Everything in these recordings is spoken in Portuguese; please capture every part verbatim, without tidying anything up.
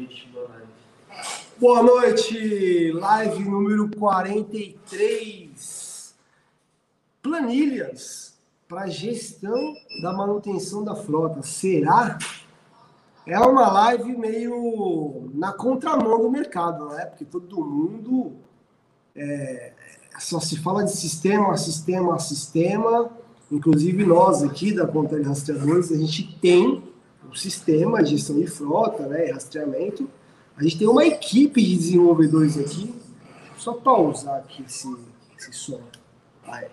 gente, boa noite. Boa noite, live número quarenta e três. Planilhas para gestão da manutenção da frota. Será? É uma live meio na contramão do mercado, né? Porque todo mundo é, só se fala de sistema, sistema, sistema. Inclusive nós aqui da Contele Rastreadores, a gente tem um sistema de gestão de frota, né, e rastreamento. A gente tem uma equipe de desenvolvedores aqui. Só pausar aqui esse, esse som. Aí.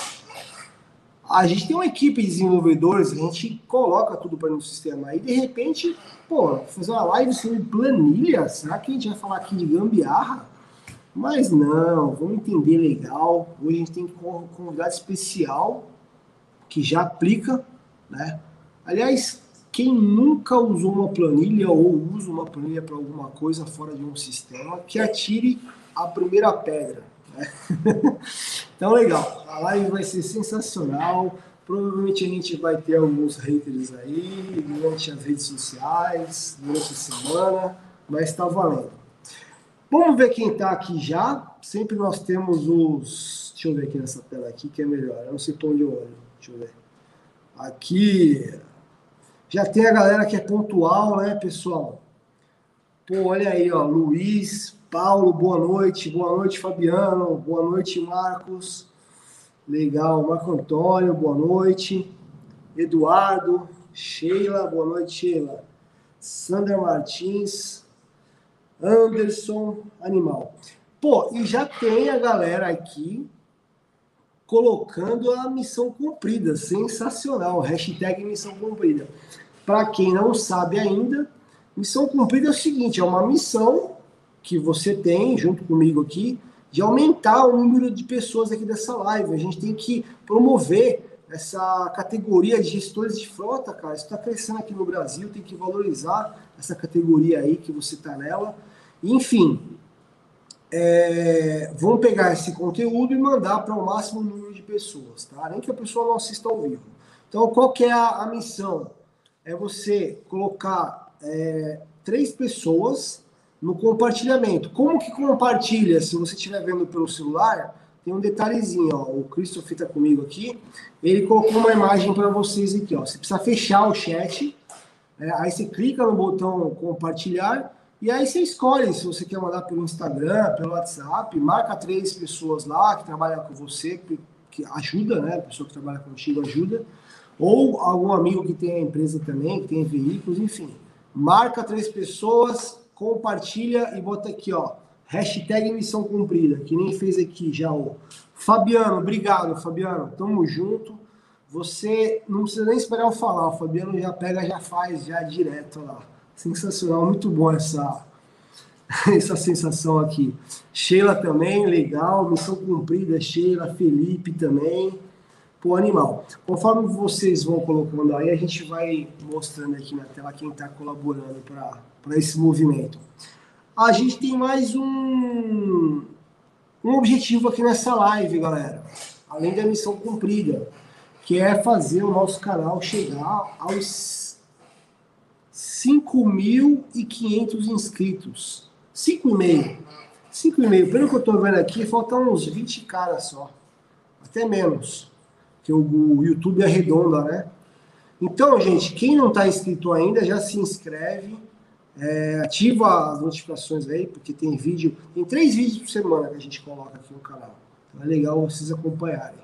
A gente tem uma equipe de desenvolvedores, a gente coloca tudo para no sistema aí, de repente, pô, fazer uma live sobre planilha, será que a gente vai falar aqui de gambiarra? Mas não, vamos entender legal. Hoje a gente tem um convidado especial que já aplica, né? Aliás, quem nunca usou uma planilha ou usa uma planilha para alguma coisa fora de um sistema, que atire a primeira pedra, né? Então, legal. A live vai ser sensacional. Provavelmente a gente vai ter alguns haters aí durante as redes sociais, durante a semana, mas está valendo. Vamos ver quem está aqui já. Sempre nós temos os... Deixa eu ver aqui nessa tela aqui, que é melhor. Eu não sei para onde eu olho. Deixa eu ver. Aqui... Já tem a galera que é pontual, né, pessoal? Pô, olha aí, ó. Luiz, Paulo, boa noite. Boa noite, Fabiano. Boa noite, Marcos. Legal. Marco Antônio, boa noite. Eduardo, Sheila, boa noite, Sheila. Sandra Martins, Anderson, animal. Pô, e já tem a galera aqui colocando a missão cumprida. Sensacional. Hashtag missão cumprida. Para quem não sabe ainda, missão cumprida é o seguinte, é uma missão que você tem, junto comigo aqui, de aumentar o número de pessoas aqui dessa live. A gente tem que promover essa categoria de gestores de frota, cara. Isso está crescendo aqui no Brasil, tem que valorizar essa categoria aí que você está nela. Enfim, é, vamos pegar esse conteúdo e mandar para o máximo número de pessoas, tá? Nem que a pessoa não assista ao vivo. Então, qual que é a, a missão? É você colocar é, três pessoas no compartilhamento. Como que compartilha? Se você estiver vendo pelo celular, tem um detalhezinho, ó. O Christopher está comigo aqui. Ele colocou uma imagem para vocês aqui, ó. Você precisa fechar o chat. É, aí você clica no botão compartilhar e aí você escolhe se você quer mandar pelo Instagram, pelo WhatsApp. Marca três pessoas lá que trabalham com você, que ajuda, né? A pessoa que trabalha contigo ajuda. Ou algum amigo que tem a empresa também, que tem veículos, enfim. Marca três pessoas, compartilha e bota aqui, ó, hashtag missão cumprida, que nem fez aqui já o Fabiano. Obrigado, Fabiano. Tamo junto. Você não precisa nem esperar eu falar, o Fabiano já pega, já faz, já direto lá. Sensacional, muito bom essa, essa sensação aqui. Sheila também, legal. Missão cumprida, Sheila, Felipe também. Pô, animal. Conforme vocês vão colocando aí, a gente vai mostrando aqui na tela quem está colaborando para esse movimento. A gente tem mais um, um objetivo aqui nessa live, galera. Além da missão cumprida, que é fazer o nosso canal chegar aos cinco mil e quinhentos inscritos. cinco e meio. cinco e meio. Pelo que eu estou vendo aqui, faltam uns vinte caras só. Até menos. Que o YouTube arredonda, né? Então, gente, quem não está inscrito ainda, já se inscreve, é, ativa as notificações aí, porque tem vídeo, tem três vídeos por semana que a gente coloca aqui no canal. Então é legal vocês acompanharem.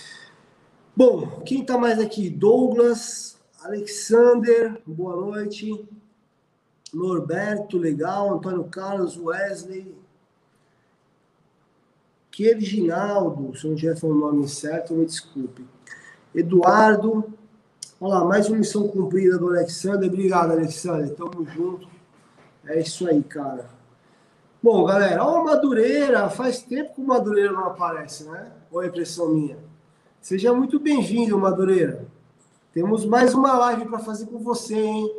Bom, quem está mais aqui? Douglas, Alexander, boa noite. Norberto, legal. Antônio Carlos, Wesley. Que Reginaldo, se eu não tiver falando o nome certo, me desculpe. Eduardo, olha lá, mais uma missão cumprida do Alexander. Obrigado, Alexander, tamo junto. É isso aí, cara. Bom, galera, ó, Madureira, faz tempo que o Madureira não aparece, né? Ou é impressão minha? Seja muito bem-vindo, Madureira. Temos mais uma live para fazer com você, hein?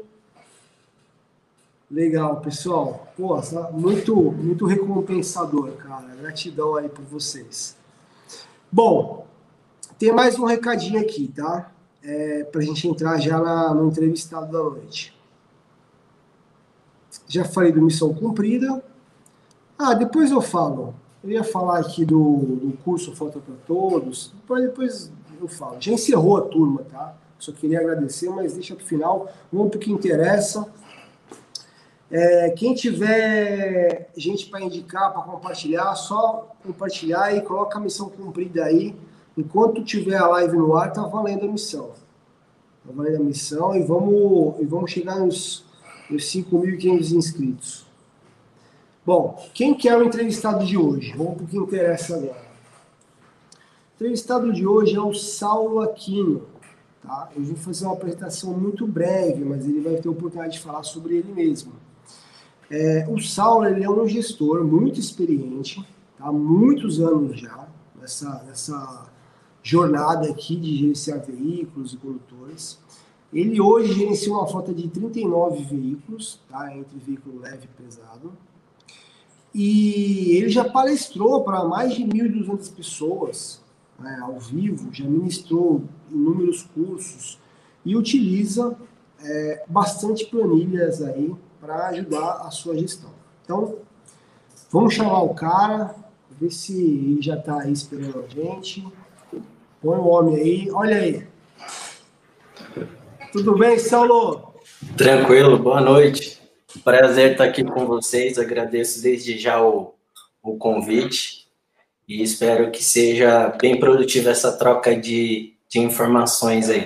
Legal, pessoal. Pô, muito, muito recompensador, cara. Gratidão aí por vocês. Bom, tem mais um recadinho aqui, tá? É, pra gente entrar já na, no entrevistado da noite. Já falei do Missão Cumprida. Ah, depois eu falo. Eu ia falar aqui do, do curso Frota para Todos. Depois, depois eu falo. Já encerrou a turma, tá? Só queria agradecer, mas deixa para o final. Vamos para o que interessa. É, quem tiver gente para indicar, para compartilhar, só compartilhar e coloca a missão cumprida aí. Enquanto tiver a live no ar, tá valendo a missão. Tá valendo a missão e vamos, e vamos chegar nos, nos cinco mil e quinhentos inscritos. Bom, quem que é o entrevistado de hoje? Vamos para o que interessa agora. O entrevistado de hoje é o Saulo Aquino. Tá? Eu vou fazer uma apresentação muito breve, mas ele vai ter a oportunidade de falar sobre ele mesmo. É, o Saulo, ele é um gestor muito experiente, tá? Há muitos anos já, nessa, nessa jornada aqui de gerenciar veículos e condutores. Ele hoje gerencia uma frota de trinta e nove veículos, tá? Entre veículo leve e pesado. E ele já palestrou para mais de mil e duzentas pessoas, né, ao vivo, já ministrou inúmeros cursos e utiliza é, bastante planilhas aí para ajudar a sua gestão. Então, vamos chamar o cara, ver se ele já está aí esperando a gente. Põe o homem aí, olha aí. Tudo bem, Saulo? Tranquilo, boa noite. Prazer estar aqui com vocês, agradeço desde já o, o convite e espero que seja bem produtiva essa troca de, de informações aí.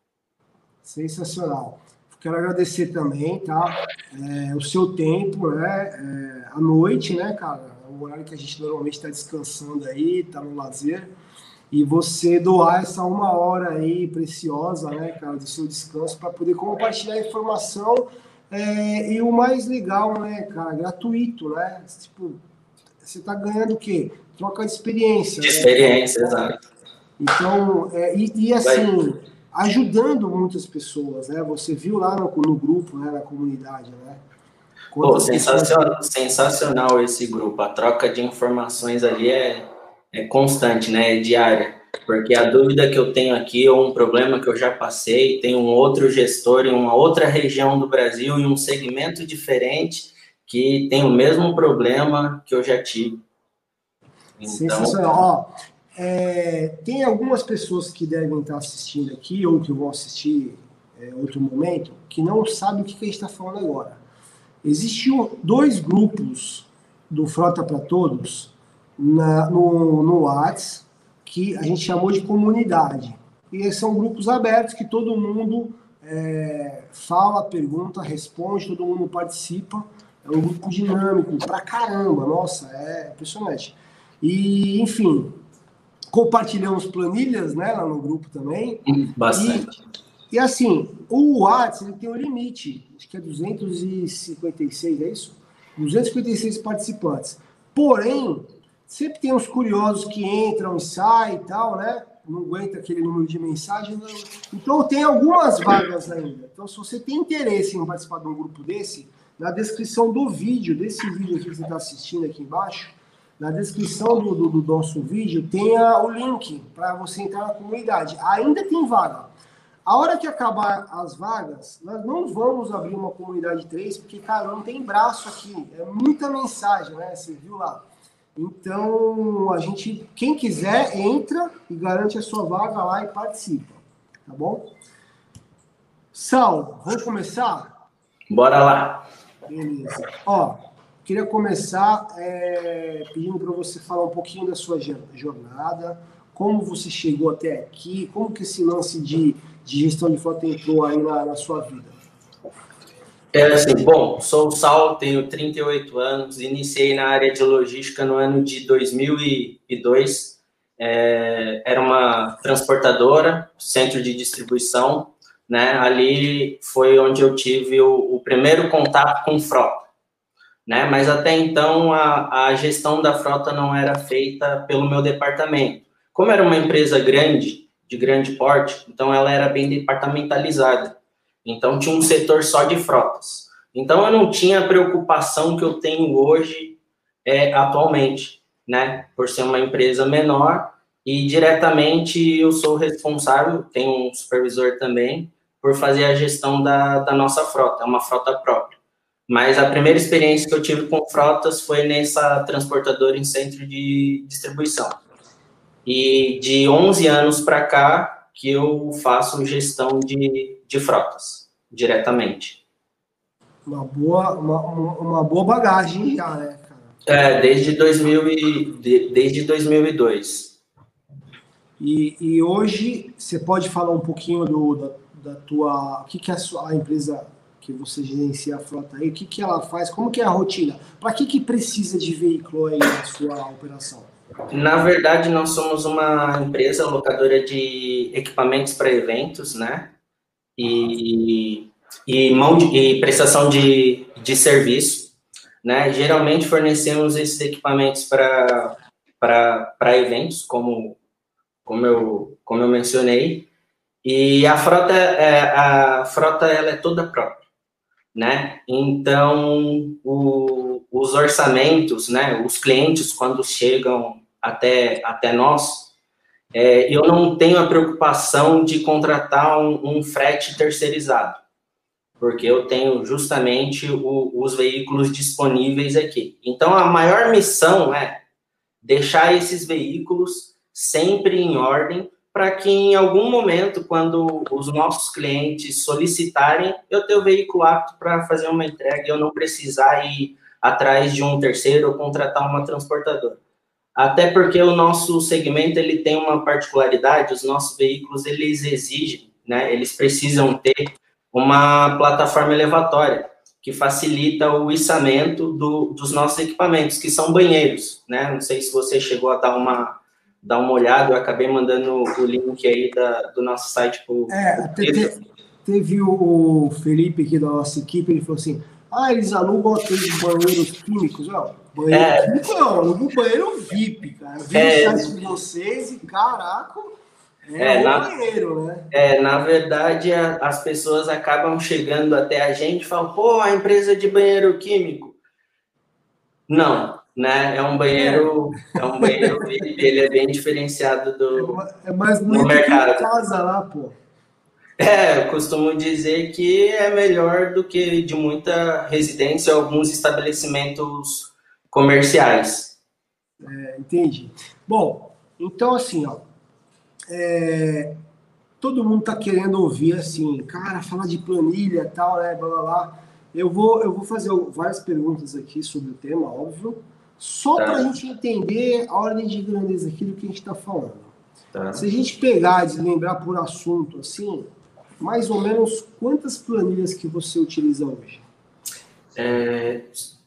Sensacional. Quero agradecer também, tá? É, o seu tempo, né? É, à noite, né, cara? É o horário que a gente normalmente está descansando aí, tá no lazer. E você doar essa uma hora aí preciosa, né, cara, do seu descanso para poder compartilhar informação. É, e o mais legal, né, cara, gratuito, né? Tipo, você tá ganhando o quê? Troca de experiência. De né? experiência, exato. Então, é, e, e assim, ajudando muitas pessoas, né? Você viu lá no, no grupo, né, na comunidade, né? Pô, sensacional, sensacional esse grupo. A troca de informações ali é, é constante, né? É diária. Porque a dúvida que eu tenho aqui, ou um problema que eu já passei, tem um outro gestor em uma outra região do Brasil, em um segmento diferente, que tem o mesmo problema que eu já tive. Então... Sensacional. Ó, é, tem algumas pessoas que devem estar assistindo aqui, ou que vão assistir em é, outro momento, que não sabem o que a gente está falando agora. Existiam dois grupos do Frota para Todos na, no, no WhatsApp, que a gente chamou de comunidade. E esses são grupos abertos que todo mundo é, fala, pergunta, responde, todo mundo participa. É um grupo dinâmico pra caramba, nossa, é impressionante. E, enfim, compartilhamos planilhas, né, lá no grupo também. Bastante. E, e assim, o WhatsApp ele tem um limite, acho que é duzentos e cinquenta e seis, é isso? duzentos e cinquenta e seis participantes. Porém, sempre tem uns curiosos que entram e saem e tal, né? Não aguenta aquele número de mensagens. Não. Então, tem algumas vagas ainda. Então, se você tem interesse em participar de um grupo desse, na descrição do vídeo, desse vídeo aqui que você está assistindo aqui embaixo, na descrição do, do, do nosso vídeo, tem a, o link para você entrar na comunidade. Ainda tem vaga. A hora que acabar as vagas, nós não vamos abrir uma comunidade três, porque, cara, não tem braço aqui. É muita mensagem, né? Você viu lá. Então, a gente, quem quiser, entra e garante a sua vaga lá e participa. Tá bom? Sal, vamos começar? Bora lá. Beleza. Ó, queria começar é, pedindo para você falar um pouquinho da sua jornada, como você chegou até aqui, como que esse lance de, de gestão de frota entrou aí na, na sua vida. É assim, bom, sou o Saulo, tenho trinta e oito anos, iniciei na área de logística no ano de dois mil e dois, é, era uma transportadora, centro de distribuição, né? Ali foi onde eu tive o, o primeiro contato com frota, né? Mas até então a, a gestão da frota não era feita pelo meu departamento. Como era uma empresa grande, de grande porte, então ela era bem departamentalizada. Então, tinha um setor só de frotas. Então, eu não tinha a preocupação que eu tenho hoje, é, atualmente, né? Por ser uma empresa menor e, diretamente, eu sou responsável, tenho um supervisor também, por fazer a gestão da, da nossa frota, é uma frota própria. Mas a primeira experiência que eu tive com frotas foi nessa transportadora em centro de distribuição. E de onze anos para cá que eu faço gestão de, de frotas, diretamente. Uma boa, uma, uma boa bagagem já, né, cara? É, desde, dois mil e, de, desde dois mil e dois. E, e hoje, você pode falar um pouquinho do, da, da tua... O que, que é a, sua, a empresa que você gerencia a frota aí, o que, que ela faz, como que é a rotina? Para que, que precisa de veículo aí na sua operação? Na verdade, nós somos uma empresa locadora de equipamentos para eventos, né? E, e, mão de, e prestação de, de serviço, né? Geralmente fornecemos esses equipamentos para para eventos, como, como, eu, como eu mencionei, e a frota, é, a frota ela é toda própria, né? Então, o, os orçamentos, né? Os clientes, quando chegam até, até nós, é, eu não tenho a preocupação de contratar um, um frete terceirizado, porque eu tenho justamente o, os veículos disponíveis aqui. Então, a maior missão é deixar esses veículos sempre em ordem, para que em algum momento, quando os nossos clientes solicitarem, eu ter o veículo apto para fazer uma entrega e eu não precisar ir atrás de um terceiro ou contratar uma transportadora. Até porque o nosso segmento ele tem uma particularidade, os nossos veículos eles exigem, né, eles precisam ter uma plataforma elevatória, que facilita o içamento do, dos nossos equipamentos, que são banheiros, né? Não sei se você chegou a dar uma, dar uma olhada, eu acabei mandando o link aí da, do nosso site para o... É, até te, teve o Felipe aqui da nossa equipe, ele falou assim, ah, eles alugam aqueles banheiros químicos, ó, banheiro é. químico não, alugam um V I P, cara, eu vi é. no site de vocês e, caraca... É, é, na, banheiro, né? É, na verdade, a, as pessoas acabam chegando até a gente e falam, pô, a empresa de banheiro químico. Não, né? É um banheiro, é, é um banheiro V I P, ele é bem diferenciado do, é mais bonito do mercado. Que casa lá, pô. É, eu costumo dizer que é melhor do que de muita residência ou alguns estabelecimentos comerciais. É, entendi. Bom, então assim, ó. É, todo mundo tá querendo ouvir assim, cara, falar de planilha e tal, né, blá, blá, blá. Eu vou, eu vou fazer várias perguntas aqui sobre o tema, óbvio, só tá. para a gente entender a ordem de grandeza aqui do que a gente está falando. Tá. Se a gente pegar e desmembrar por assunto, assim, mais ou menos quantas planilhas que você utiliza hoje? É...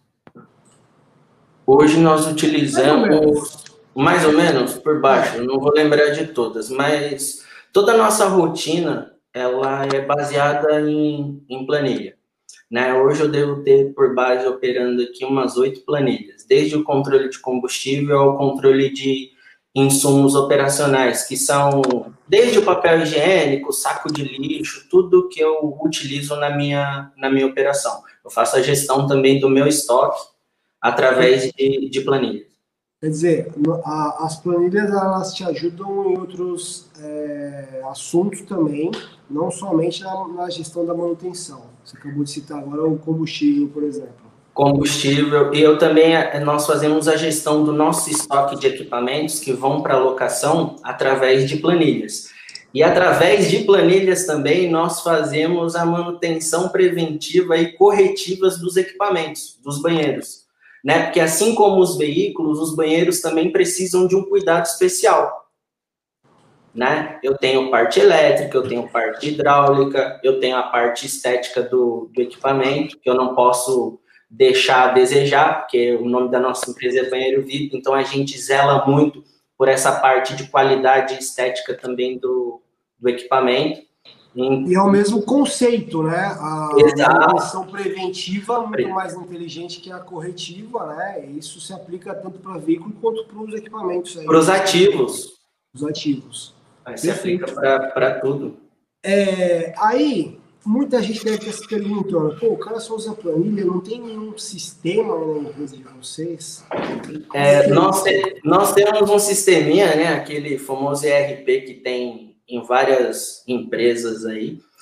Hoje nós utilizamos... Mais ou menos, por baixo, não vou lembrar de todas, mas toda a nossa rotina, ela é baseada em, em planilha, né? Hoje eu devo ter por base operando aqui umas oito planilhas, desde o controle de combustível ao controle de insumos operacionais, que são desde o papel higiênico, saco de lixo, tudo que eu utilizo na minha, na minha operação. Eu faço a gestão também do meu estoque através de, de planilhas. Quer dizer, a, as planilhas elas te ajudam em outros é, assuntos também, não somente na, na gestão da manutenção. Você acabou de citar agora o combustível, por exemplo. Combustível, e eu também, nós fazemos a gestão do nosso estoque de equipamentos que vão para locação através de planilhas. E através de planilhas também nós fazemos a manutenção preventiva e corretivas dos equipamentos, dos banheiros. Né? Porque assim como os veículos, os banheiros também precisam de um cuidado especial. Né? Eu tenho parte elétrica, eu tenho parte hidráulica, eu tenho a parte estética do, do equipamento, que eu não posso deixar a desejar, porque o nome da nossa empresa é Banheiro V I P, então a gente zela muito por essa parte de qualidade estética também do, do equipamento. E é o mesmo conceito, né? A manutenção preventiva muito mais inteligente que a corretiva, né? E isso se aplica tanto para veículo quanto para os equipamentos. Para os ativos. Os ativos. Aí se aplica para tudo. É, aí, muita gente deve estar se perguntando, pô, o cara só usa planilha, não tem nenhum sistema na empresa de vocês? É, nós, te, nós temos um sisteminha, né? Aquele famoso E R P que tem em várias empresas aí,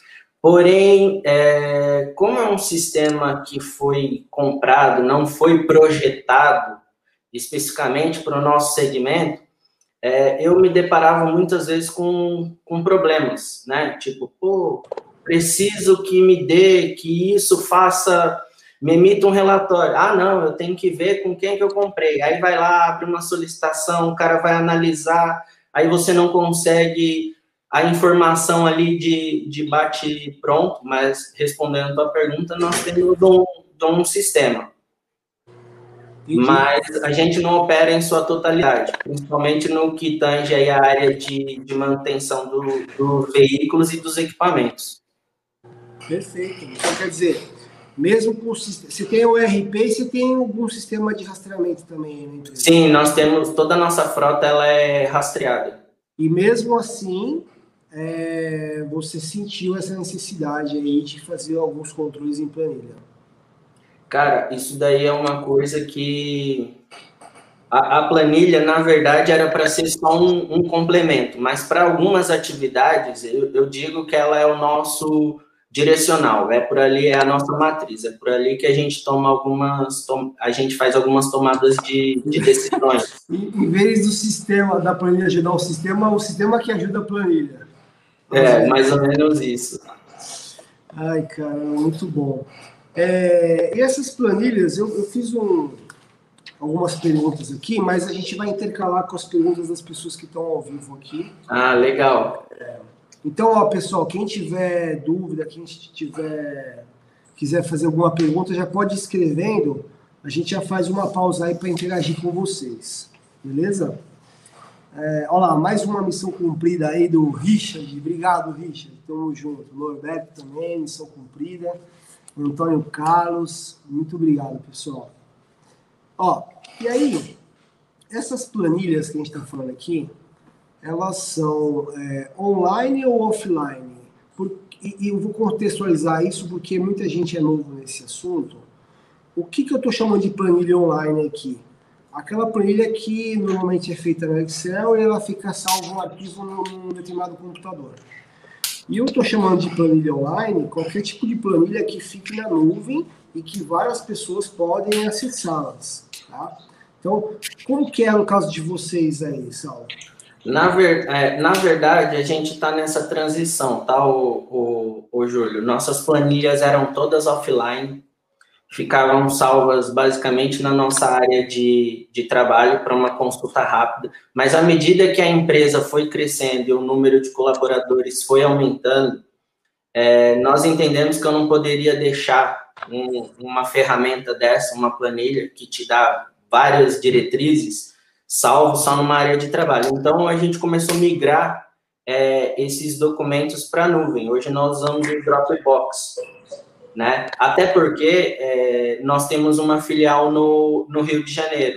Porém, é, como é um sistema que foi comprado, não foi projetado especificamente para o nosso segmento, é, eu me deparava muitas vezes com, com problemas, né? Tipo, pô, preciso que me dê, que isso faça, me emita um relatório. Ah, não, eu tenho que ver com quem que eu comprei. Aí vai lá, abre uma solicitação, o cara vai analisar, aí você não consegue a informação ali de, de bate pronto, mas respondendo a tua pergunta, nós temos um, um sistema. Entendi. Mas a gente não opera em sua totalidade, principalmente no que tange aí a área de, de manutenção dos do veículos e dos equipamentos. Perfeito. Então, quer dizer, mesmo com o sistema, você tem o E R P e você tem algum sistema de rastreamento também na empresa? Sim, nós temos, toda a nossa frota ela é rastreada. E mesmo assim, é, você sentiu essa necessidade aí de fazer alguns controles em planilha? Cara, isso daí é uma coisa que a, a planilha, na verdade, era para ser só um, um complemento, mas para algumas atividades, eu, eu digo que ela é o nosso direcional, é por ali, é a nossa matriz, é por ali que a gente toma algumas, tom, a gente faz algumas tomadas de, de decisões. Em vez do sistema, da planilha ajudar o sistema, o sistema que ajuda a planilha. É, mais ou menos isso. Ai, cara, muito bom. É, e essas planilhas, eu, eu fiz um, algumas perguntas aqui, mas a gente vai intercalar com as perguntas das pessoas que estão ao vivo aqui. Ah, legal. É, então, ó, pessoal, quem tiver dúvida, quem tiver, quiser fazer alguma pergunta, já pode ir escrevendo. A gente já faz uma pausa aí para interagir com vocês. Beleza? É, olha lá, mais uma missão cumprida aí do Richard. Obrigado, Richard. Tamo junto. Norberto também, missão cumprida. Antônio Carlos, muito obrigado, pessoal. Ó, e aí, essas planilhas que a gente está falando aqui, elas são é, online ou offline? Por, e, e eu vou contextualizar isso porque muita gente é novo nesse assunto. O que, que eu estou chamando de planilha online aqui? Aquela planilha que normalmente é feita no Excel e ela fica salvo um arquivo num determinado computador. E eu estou chamando de planilha online qualquer tipo de planilha que fique na nuvem e que várias pessoas podem acessá-las. Tá? Então, como que é no caso de vocês aí, Saulo? Na, ver, é, na verdade, a gente está nessa transição, tá, o, o, o Júlio? Nossas planilhas eram todas offline, ficavam salvas basicamente na nossa área de, de trabalho para uma consulta rápida, mas à medida que a empresa foi crescendo e o número de colaboradores foi aumentando, é, nós entendemos que eu não poderia deixar um, uma ferramenta dessa, uma planilha que te dá várias diretrizes, salvo só numa área de trabalho. Então, a gente começou a migrar é, esses documentos para a nuvem. Hoje nós usamos o Dropbox, né? Até porque é, nós temos uma filial no, no Rio de Janeiro.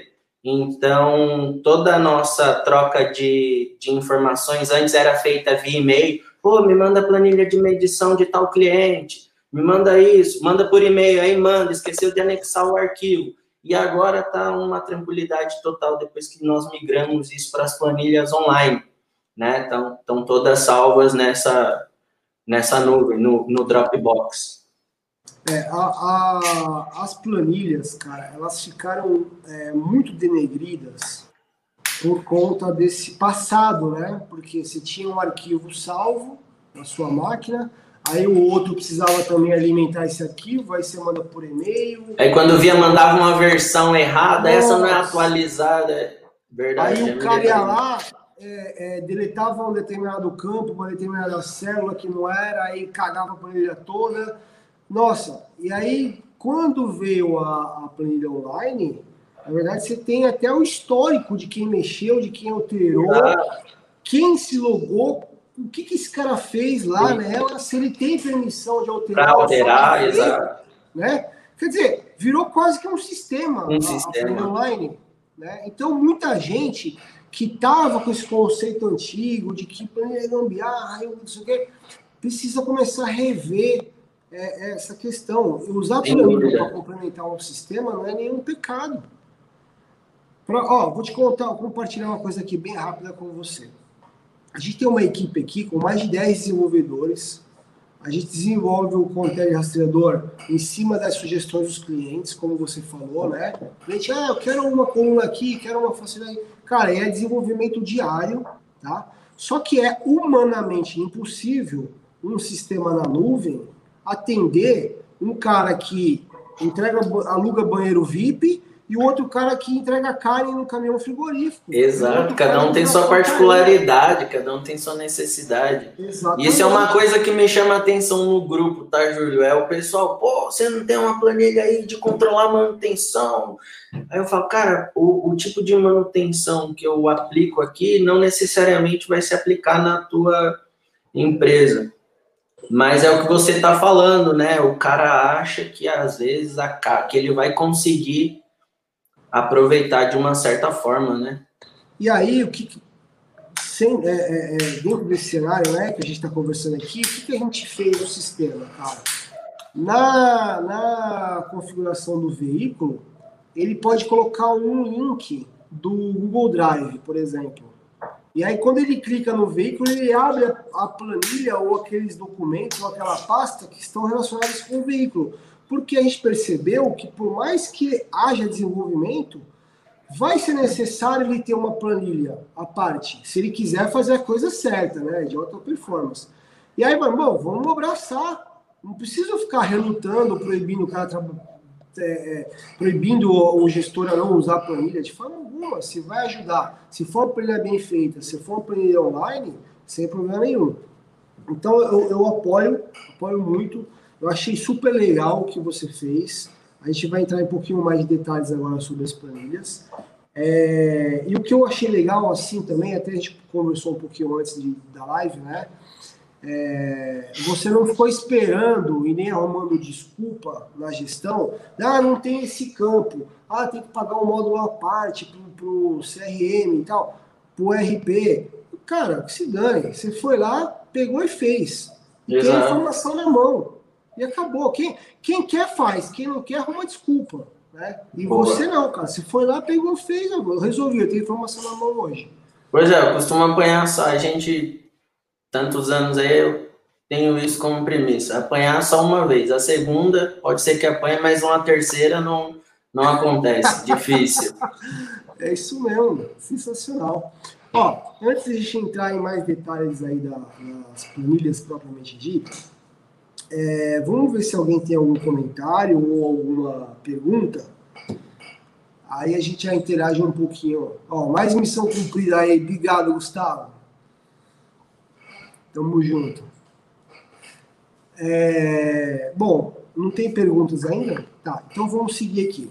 Então, toda a nossa troca de, de informações antes era feita via e-mail. Pô, me manda a planilha de medição de tal cliente, me manda isso, manda por e-mail, aí manda, esqueceu de anexar o arquivo. E agora está uma tranquilidade total depois que nós migramos isso para as planilhas online, né? Então, estão todas salvas nessa, nessa nuvem, no, no Dropbox. É, a, a, as planilhas, cara, elas ficaram é, muito denegridas por conta desse passado, né? Porque você tinha um arquivo salvo na sua máquina, aí o outro precisava também alimentar esse arquivo, aí você manda por e-mail. Aí quando via, mandava uma versão errada, nossa, essa não é atualizada. Verdade. Aí o cara ia lá, é, é, deletava um determinado campo, uma determinada célula que não era, aí cagava a planilha toda. Nossa, e aí quando veio a, a planilha online, na verdade você tem até o histórico de quem mexeu, de quem alterou, ah. quem se logou, o que, que esse cara fez lá Sim. nela, se ele tem permissão de alterar. Para alterar, exato. Né? Quer dizer, virou quase que um sistema, um a, sistema. a planilha online. Né? Então muita gente que estava com esse conceito antigo de que planilha é gambiarra, não sei o quê, precisa começar a rever É, essa questão. Usar planilha para complementar um sistema não é nenhum pecado. Pra, ó, vou te contar, vou compartilhar uma coisa aqui bem rápida com você. A gente tem uma equipe aqui com mais de dez desenvolvedores. A gente desenvolve o controle rastreador em cima das sugestões dos clientes, como você falou, né? O cliente, ah, eu quero uma coluna aqui, quero uma facilidade. Cara, é desenvolvimento diário, tá? Só que é humanamente impossível um sistema na nuvem atender um cara que entrega, aluga banheiro V I P e o outro cara que entrega carne no caminhão frigorífico. Exato, cada um tem sua particularidade, cada um tem sua necessidade. Exatamente. Isso é uma coisa que me chama a atenção no grupo, tá, Júlio? É o pessoal, pô, você não tem uma planilha aí de controlar a manutenção? Aí eu falo, cara, o, o tipo de manutenção que eu aplico aqui não necessariamente vai se aplicar na tua empresa. Mas é o que você está falando, né? O cara acha que às vezes a, que ele vai conseguir aproveitar de uma certa forma, né? E aí, o que, sem, é, é, dentro desse cenário, né, que a gente está conversando aqui, o que, que a gente fez no sistema, cara? Na, na configuração do veículo, ele pode colocar um link do Google Drive, por exemplo. E aí, quando ele clica no veículo, ele abre a, a planilha ou aqueles documentos ou aquela pasta que estão relacionados com o veículo. Porque a gente percebeu que, por mais que haja desenvolvimento, vai ser necessário ele ter uma planilha à parte, se ele quiser fazer a coisa certa, né, de alta performance. E aí, bom, vamos abraçar. Não precisa ficar relutando, proibindo o cara trabalhar. É, proibindo o gestor a não usar a planilha de forma alguma. Se vai ajudar, se for uma planilha bem feita, se for uma planilha online, sem problema nenhum. Então eu, eu apoio, apoio muito. Eu achei super legal o que você fez. A gente vai entrar em um pouquinho mais de detalhes agora sobre as planilhas. É, e o que eu achei legal assim também, até a gente conversou um pouquinho antes de, da live, né? É, você não ficou esperando e nem arrumando desculpa na gestão. Ah, não tem esse campo. Ah, tem que pagar um módulo à parte para o C R M e tal, para o R P. Cara, que se dane. Você foi lá, pegou e fez. E tem a informação na mão. E acabou. Quem, quem quer faz, quem não quer arruma desculpa. Né? E Boa. Você não, cara. Você foi lá, pegou e fez. Eu resolvi, eu tenho informação na mão hoje. Pois é, eu costumo apanhar só. A gente... Tantos anos aí, eu tenho isso como premissa. Apanhar só uma vez. A segunda, pode ser que apanhe, mas uma terceira não, não acontece. Difícil. É isso mesmo. Sensacional. Ó, antes de a gente entrar em mais detalhes aí da, das planilhas propriamente ditas, é, vamos ver se alguém tem algum comentário ou alguma pergunta. Aí a gente já interage um pouquinho. Ó, mais missão cumprida aí. Obrigado, Gustavo. Tamo junto. É, bom, não tem perguntas ainda? Tá, então vamos seguir aqui.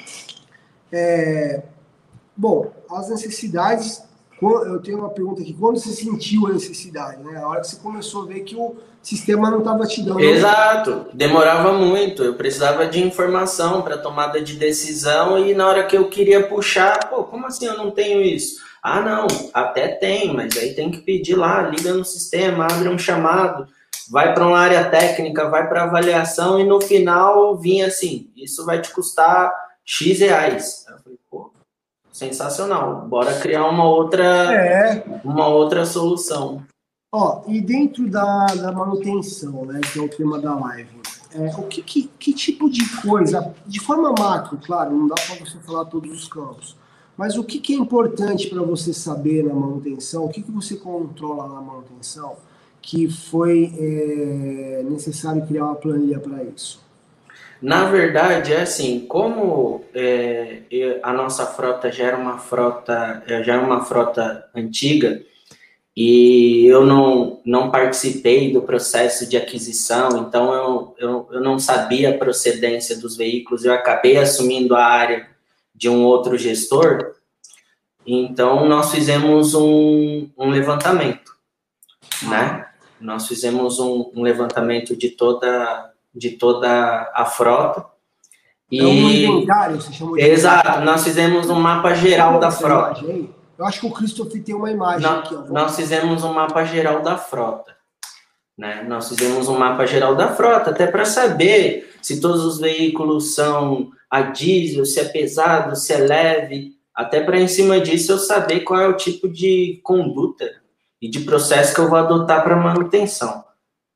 É, bom, as necessidades... Eu tenho uma pergunta aqui. Quando você sentiu a necessidade? Né? A hora que você começou a ver que o sistema não estava te dando... Exato. Demorava muito. Eu precisava de informação para tomada de decisão e na hora que eu queria puxar... Pô, como assim eu não tenho isso? Ah, não, até tem, mas aí tem que pedir lá, liga no sistema, abre um chamado, vai para uma área técnica, vai para avaliação e no final vinha assim, isso vai te custar X reais. Eu falei, pô, sensacional, bora criar uma outra, é. uma outra solução. Ó, e dentro da, da manutenção, né, que é o tema da live, é, o que, que, que tipo de coisa, de forma macro, claro, não dá para você falar todos os campos, mas o que, que é importante para você saber na manutenção? O que, que você controla na manutenção que foi é, necessário criar uma planilha para isso? Na verdade, é assim, como é, a nossa frota já era uma frota, já era uma frota antiga e eu não, não participei do processo de aquisição, então eu, eu, eu não sabia a procedência dos veículos, eu acabei assumindo a área de um outro gestor, então nós fizemos um, um levantamento, né? Nós fizemos um, um levantamento de toda, de toda a frota. E... É um inventário, você chamou de Exato, inventário. Nós fizemos um mapa geral da frota. Eu acho que o Christopher tem uma imagem nós, aqui. Ó. Nós fizemos um mapa geral da frota. Né? Nós fizemos um mapa geral da frota, até para saber se todos os veículos são a diesel, se é pesado, se é leve, até para em cima disso eu saber qual é o tipo de conduta e de processo que eu vou adotar para manutenção.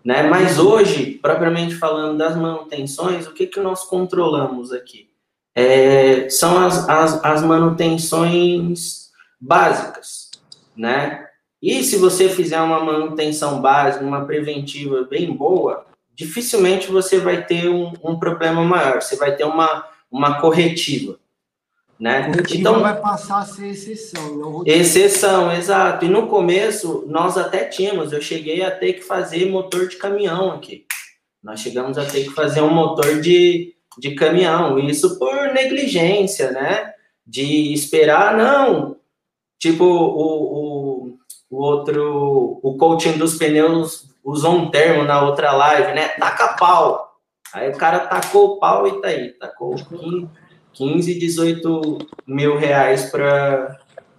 né? Mas hoje, propriamente falando das manutenções, o que, que nós controlamos aqui? É, são as, as, as manutenções básicas, né? E se você fizer uma manutenção básica, uma preventiva bem boa, dificilmente você vai ter um, um problema maior, você vai ter uma, uma corretiva, né? Corretiva então vai passar a ser exceção, não rotina. Exceção, exato. E no começo, nós até tínhamos, eu cheguei a ter que fazer motor de caminhão aqui. Nós chegamos a ter que fazer um motor de, de caminhão, isso por negligência, né? De esperar, não. Tipo, o, o, o outro, o coaching dos pneus usou um termo na outra live, né? Taca pau. Aí o cara tacou o pau e tá aí, tacou quinze, dezoito mil reais para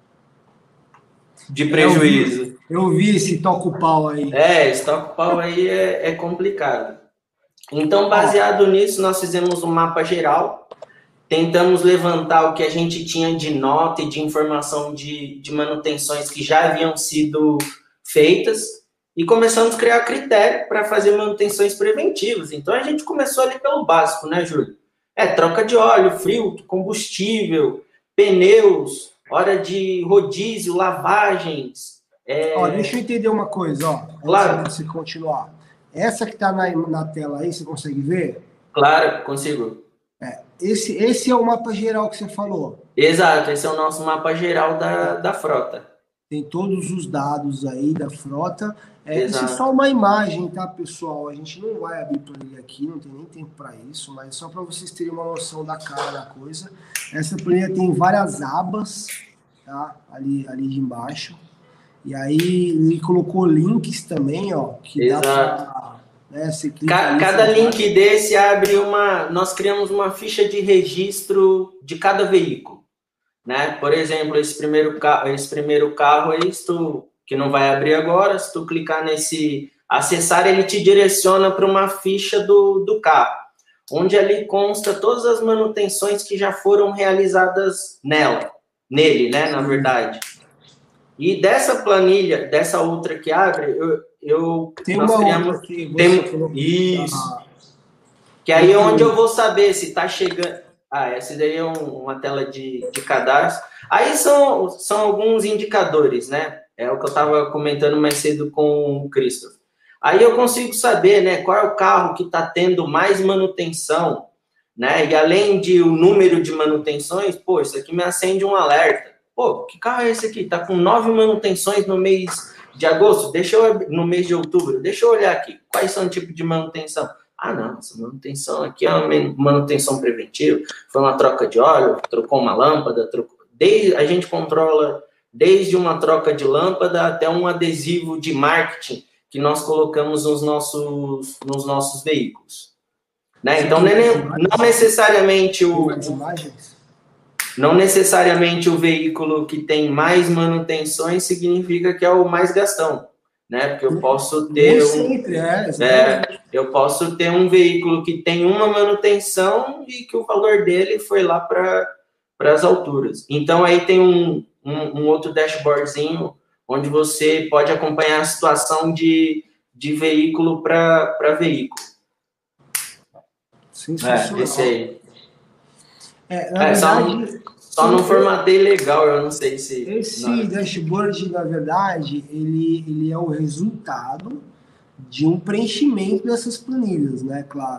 de prejuízo. Eu vi, eu vi esse toca o pau aí. É, esse toca o pau aí é, é complicado. Então, baseado nisso, nós fizemos um mapa geral, tentamos levantar o que a gente tinha de nota e de informação de, de manutenções que já haviam sido feitas e começamos a criar critério para fazer manutenções preventivas. Então, a gente começou ali pelo básico, né, Júlio? É, troca de óleo, filtro, combustível, pneus, hora de rodízio, lavagens. É... Ó, deixa eu entender uma coisa, ó. Claro. Antes de você continuar. Essa que está na, na tela aí, você consegue ver? Claro, consigo. É, esse, esse é o mapa geral que você falou. Exato, esse é o nosso mapa geral da, da frota. Tem todos os dados aí da frota. É, isso é só uma imagem, tá, pessoal? A gente não vai abrir planilha aqui, não tem nem tempo para isso, mas só para vocês terem uma noção da cara da coisa. Essa planilha tem várias abas, tá? Ali, ali de embaixo. E aí ele colocou links também, ó, que Exato. dá pra, né, você clica Ca ali, cada você link vai... desse abre uma... Nós criamos uma ficha de registro de cada veículo, né? Por exemplo, esse primeiro, ca esse primeiro carro aí, se tu, que não vai abrir agora, se tu clicar nesse acessar, ele te direciona para uma ficha do, do carro, onde ali consta todas as manutenções que já foram realizadas nela, nele, né, na verdade. E dessa planilha, dessa outra que abre, eu, eu tem nós uma criamos, outra aqui, tem, isso, ah, que aí é onde eu vou saber se está chegando. Ah, essa daí é um, uma tela de, de cadastro. Aí são, são alguns indicadores, né? É o que eu estava comentando mais cedo com o Christopher. Aí eu consigo saber, né, qual é o carro que está tendo mais manutenção, né? E além de o número de manutenções, pô, isso aqui me acende um alerta. Pô, que carro é esse aqui? Tá com nove manutenções no mês de agosto, deixa eu, no mês de outubro, deixa eu olhar aqui. Quais são o tipo de manutenção? Ah, não, essa manutenção aqui é uma manutenção preventiva, foi uma troca de óleo, trocou uma lâmpada, trocou... Desde, a gente controla desde uma troca de lâmpada até um adesivo de marketing que nós colocamos nos nossos, nos nossos veículos. Né? Então, não, é, não necessariamente o... Não necessariamente o veículo que tem mais manutenções significa que é o mais gastão, né? Porque eu posso ter um, sempre, é, é, eu posso ter um veículo que tem uma manutenção e que o valor dele foi lá para as alturas. Então aí tem um, um, um outro dashboardzinho onde você pode acompanhar a situação de, de veículo para veículo. Sensacional. É, esse aí. É, na é, verdade, só, só não formatei legal, eu não sei se... Esse não. dashboard, na verdade, ele, ele é o resultado de um preenchimento dessas planilhas, né? Claro.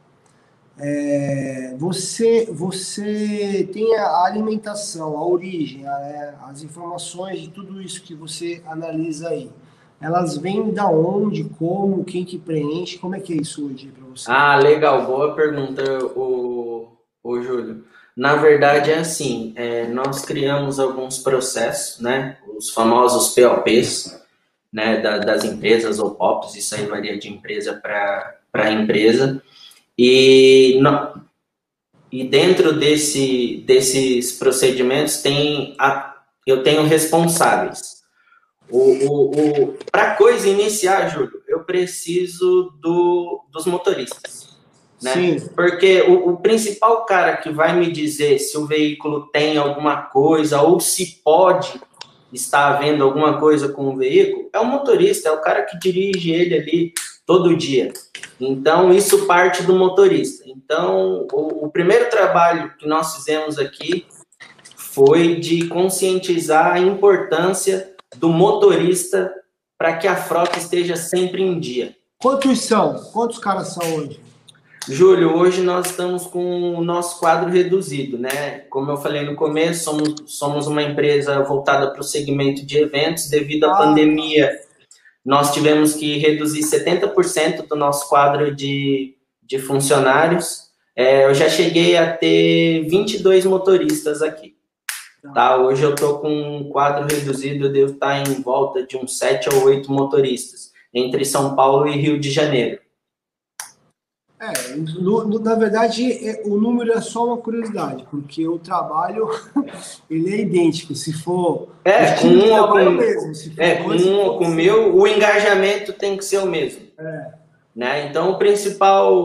É, você, você tem a alimentação, a origem, a, as informações de tudo isso que você analisa aí. Elas vêm da onde, como, quem que preenche, como é que é isso hoje para você? Ah, legal, boa pergunta, o, o Júlio. Na verdade, é assim, é, nós criamos alguns processos, né, os famosos P O Ps, né, da, das empresas ou P O Ps, isso aí varia de empresa para empresa, e, no, e dentro desse, desses procedimentos tem a, eu tenho responsáveis. O, o, o, para a coisa iniciar, Júlio, eu preciso do, dos motoristas. Né? Sim. Porque o, o principal cara que vai me dizer se o veículo tem alguma coisa ou se pode estar havendo alguma coisa com o veículo é o motorista, é o cara que dirige ele ali todo dia. Então, isso parte do motorista. Então, o, o primeiro trabalho que nós fizemos aqui foi de conscientizar a importância do motorista para que a frota esteja sempre em dia. Quantos são? Quantos caras são hoje? Júlio, hoje nós estamos com o nosso quadro reduzido, né? Como eu falei no começo, somos, somos uma empresa voltada para o segmento de eventos. Devido à ah. pandemia, nós tivemos que reduzir setenta por cento do nosso quadro de, de funcionários. É, eu já cheguei a ter vinte e dois motoristas aqui. Tá? Hoje eu estou com um quadro reduzido, eu devo estar em volta de uns sete ou oito motoristas, entre São Paulo e Rio de Janeiro. É, no, no, na verdade, é, o número é só uma curiosidade, porque o trabalho, ele é idêntico, se for... É, com um ou com, é mesmo, se for é, com, um ou com o meu, o engajamento tem que ser o mesmo. É. Né? Então, o principal,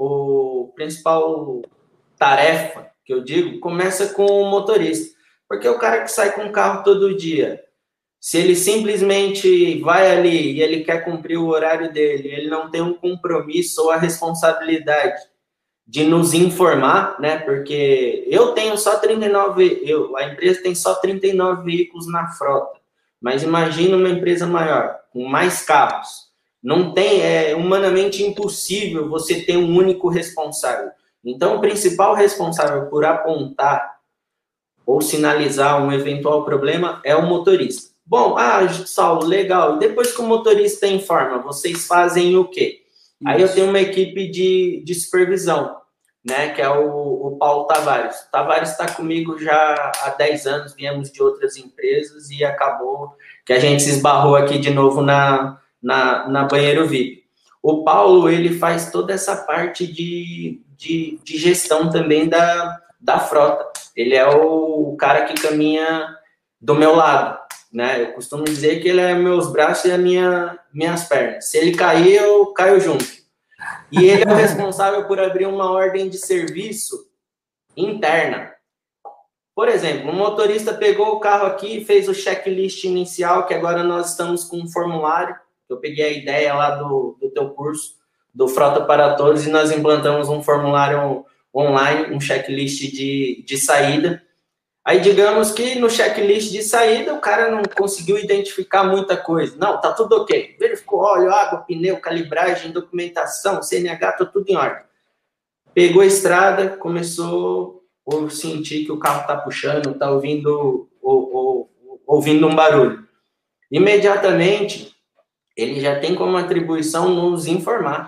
o principal tarefa, que eu digo, começa com o motorista. Porque o cara que sai com o carro todo dia, se ele simplesmente vai ali e ele quer cumprir o horário dele, ele não tem um compromisso ou a responsabilidade de nos informar, né? Porque eu tenho só trinta e nove, eu, a empresa tem só trinta e nove veículos na frota, mas imagina uma empresa maior, com mais carros. Não tem, é humanamente impossível você ter um único responsável. Então, o principal responsável por apontar ou sinalizar um eventual problema é o motorista. Bom, ah, Saulo, legal. E depois que o motorista informa, vocês fazem o quê? Isso. Aí eu tenho uma equipe de, de supervisão, né, que é o, o Paulo Tavares. O Tavares está comigo já há dez anos, viemos de outras empresas e acabou que a gente se esbarrou aqui de novo na, na, na Banheiro V I P. O Paulo, ele faz toda essa parte de, de, de gestão também da, da frota. Ele é o cara que caminha do meu lado, né? Eu costumo dizer que ele é meus braços e a minha, minhas pernas. Se ele cair, eu caio junto. E ele é o responsável por abrir uma ordem de serviço interna. Por exemplo, um motorista pegou o carro aqui e fez o checklist inicial, que agora nós estamos com um formulário. Eu peguei a ideia lá do, do teu curso, do Frota para Todos, e nós implantamos um formulário online, um checklist de, de saída. Aí, digamos que no checklist de saída, o cara não conseguiu identificar muita coisa. Não, tá tudo ok. Verificou óleo, água, pneu, calibragem, documentação, C N H, tá tudo em ordem. Pegou a estrada, começou a sentir que o carro tá puxando, tá ouvindo, ou, ou, ouvindo um barulho. Imediatamente, ele já tem como atribuição nos informar.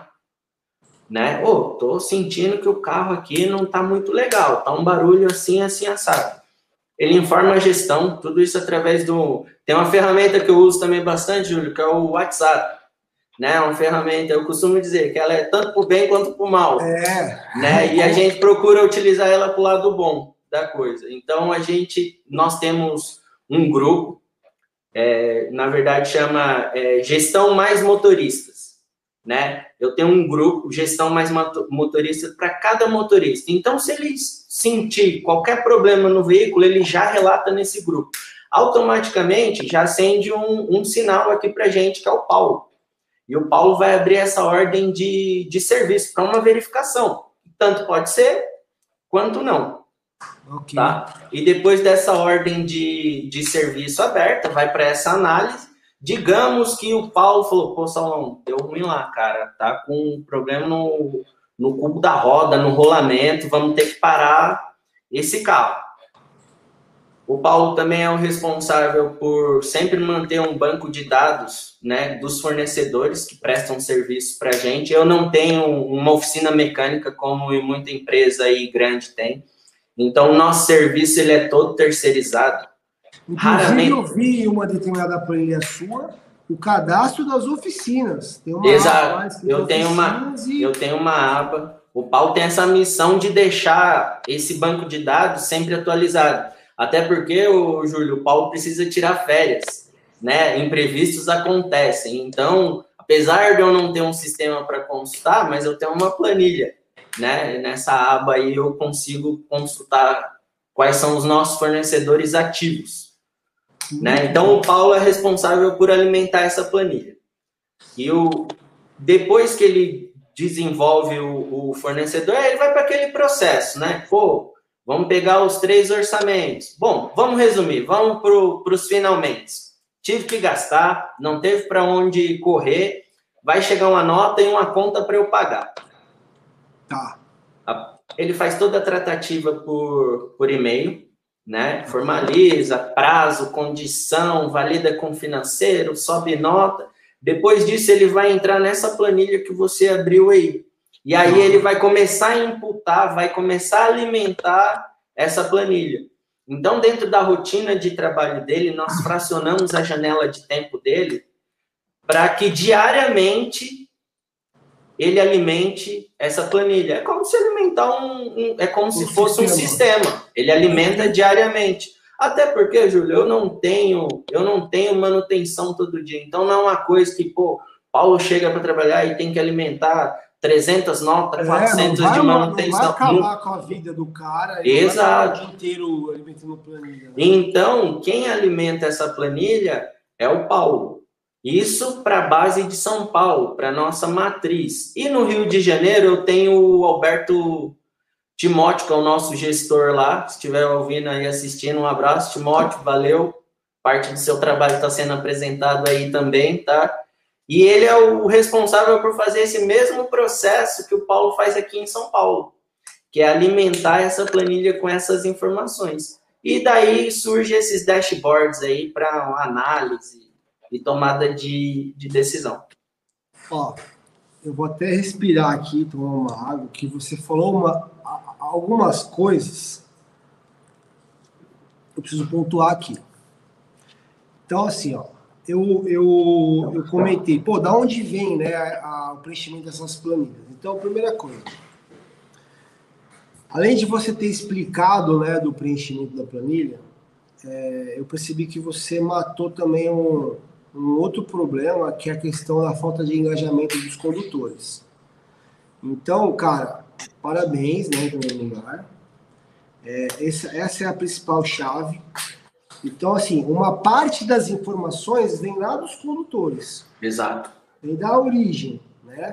Né? Ô, oh, tô sentindo que o carro aqui não tá muito legal, tá um barulho assim, assim, assado. Ele informa a gestão, tudo isso através do... Tem uma ferramenta que eu uso também bastante, Júlio, que é o WhatsApp, né? Uma ferramenta, eu costumo dizer que ela é tanto pro bem quanto pro mal, é. Né? E a gente procura utilizar ela pro lado bom da coisa. Então, a gente, nós temos um grupo, é, na verdade chama é, Gestão Mais Motoristas. Né? Eu tenho um grupo, gestão mais motorista, para cada motorista. Então, se ele sentir qualquer problema no veículo, ele já relata nesse grupo. Automaticamente, já acende um, um sinal aqui para a gente, que é o Paulo. E o Paulo vai abrir essa ordem de, de serviço para uma verificação. Tanto pode ser, quanto não. Okay. Tá? E depois dessa ordem de, de serviço aberta, vai para essa análise. Digamos que o Paulo falou, pô, Saulão, deu ruim lá, cara, tá com um problema no, no cubo da roda, no rolamento, vamos ter que parar esse carro. O Paulo também é o responsável por sempre manter um banco de dados, né, dos fornecedores que prestam serviço para a gente. Eu não tenho uma oficina mecânica como muita empresa aí grande tem, então o nosso serviço ele é todo terceirizado. Inclusive, Raramente... eu vi uma determinada planilha sua, o cadastro das oficinas. Tem uma Exato. Aba eu, tenho uma, e... eu tenho uma aba. O Paulo tem essa missão de deixar esse banco de dados sempre atualizado. Até porque, o Júlio, o Paulo precisa tirar férias, né? Imprevistos acontecem. Então, apesar de eu não ter um sistema para consultar, mas eu tenho uma planilha, né? Nessa aba aí eu consigo consultar quais são os nossos fornecedores ativos. Né? Então, o Paulo é responsável por alimentar essa planilha. E o, depois que ele desenvolve o, o fornecedor, ele vai para aquele processo, né? Pô, vamos pegar os três orçamentos. Bom, vamos resumir, vamos para os finalmente. Tive que gastar, não teve para onde correr, vai chegar uma nota e uma conta para eu pagar. Tá. Ele faz toda a tratativa por, por e-mail, né? Formaliza prazo, condição, valida com financeiro, sobe nota. Depois disso, ele vai entrar nessa planilha que você abriu aí. E aí ele vai começar a imputar, vai começar a alimentar essa planilha. Então, dentro da rotina de trabalho dele, nós fracionamos a janela de tempo dele para que diariamente ele alimente essa planilha. É como se alimentar um, um é como um se fosse sistema. um sistema. Ele alimenta diariamente. Até porque, Júlio, eu não tenho, eu não tenho manutenção todo dia. Então não é uma coisa que, pô, Paulo chega para trabalhar e tem que alimentar trezentas notas, quatrocentas é, de manutenção. Não vai acabar com a vida do cara. Exato. O dia inteiro alimentando planilha. Né? Então, quem alimenta essa planilha é o Paulo. Isso para a base de São Paulo, para a nossa matriz. E no Rio de Janeiro eu tenho o Alberto Timóteo, que é o nosso gestor lá. Se estiver ouvindo aí, assistindo, um abraço, Timóteo, valeu. Parte do seu trabalho está sendo apresentado aí também, tá? E ele é o responsável por fazer esse mesmo processo que o Paulo faz aqui em São Paulo, que é alimentar essa planilha com essas informações. E daí surge esses dashboards aí para análise e tomada de, de decisão. Ó, eu vou até respirar aqui, tomar uma água, que você falou uma, algumas coisas, eu preciso pontuar aqui. Então, assim, ó, eu, eu, eu comentei, pô, da onde vem, né, a, a, o preenchimento dessas planilhas? Então, primeira coisa, além de você ter explicado, né, do preenchimento da planilha, é, eu percebi que você matou também um... Um outro problema que é a questão da falta de engajamento dos condutores. Então, cara, parabéns, né, em primeiro lugar. É, essa, essa é a principal chave. Então, assim, uma parte das informações vem lá dos condutores. Exato. Vem da origem, né?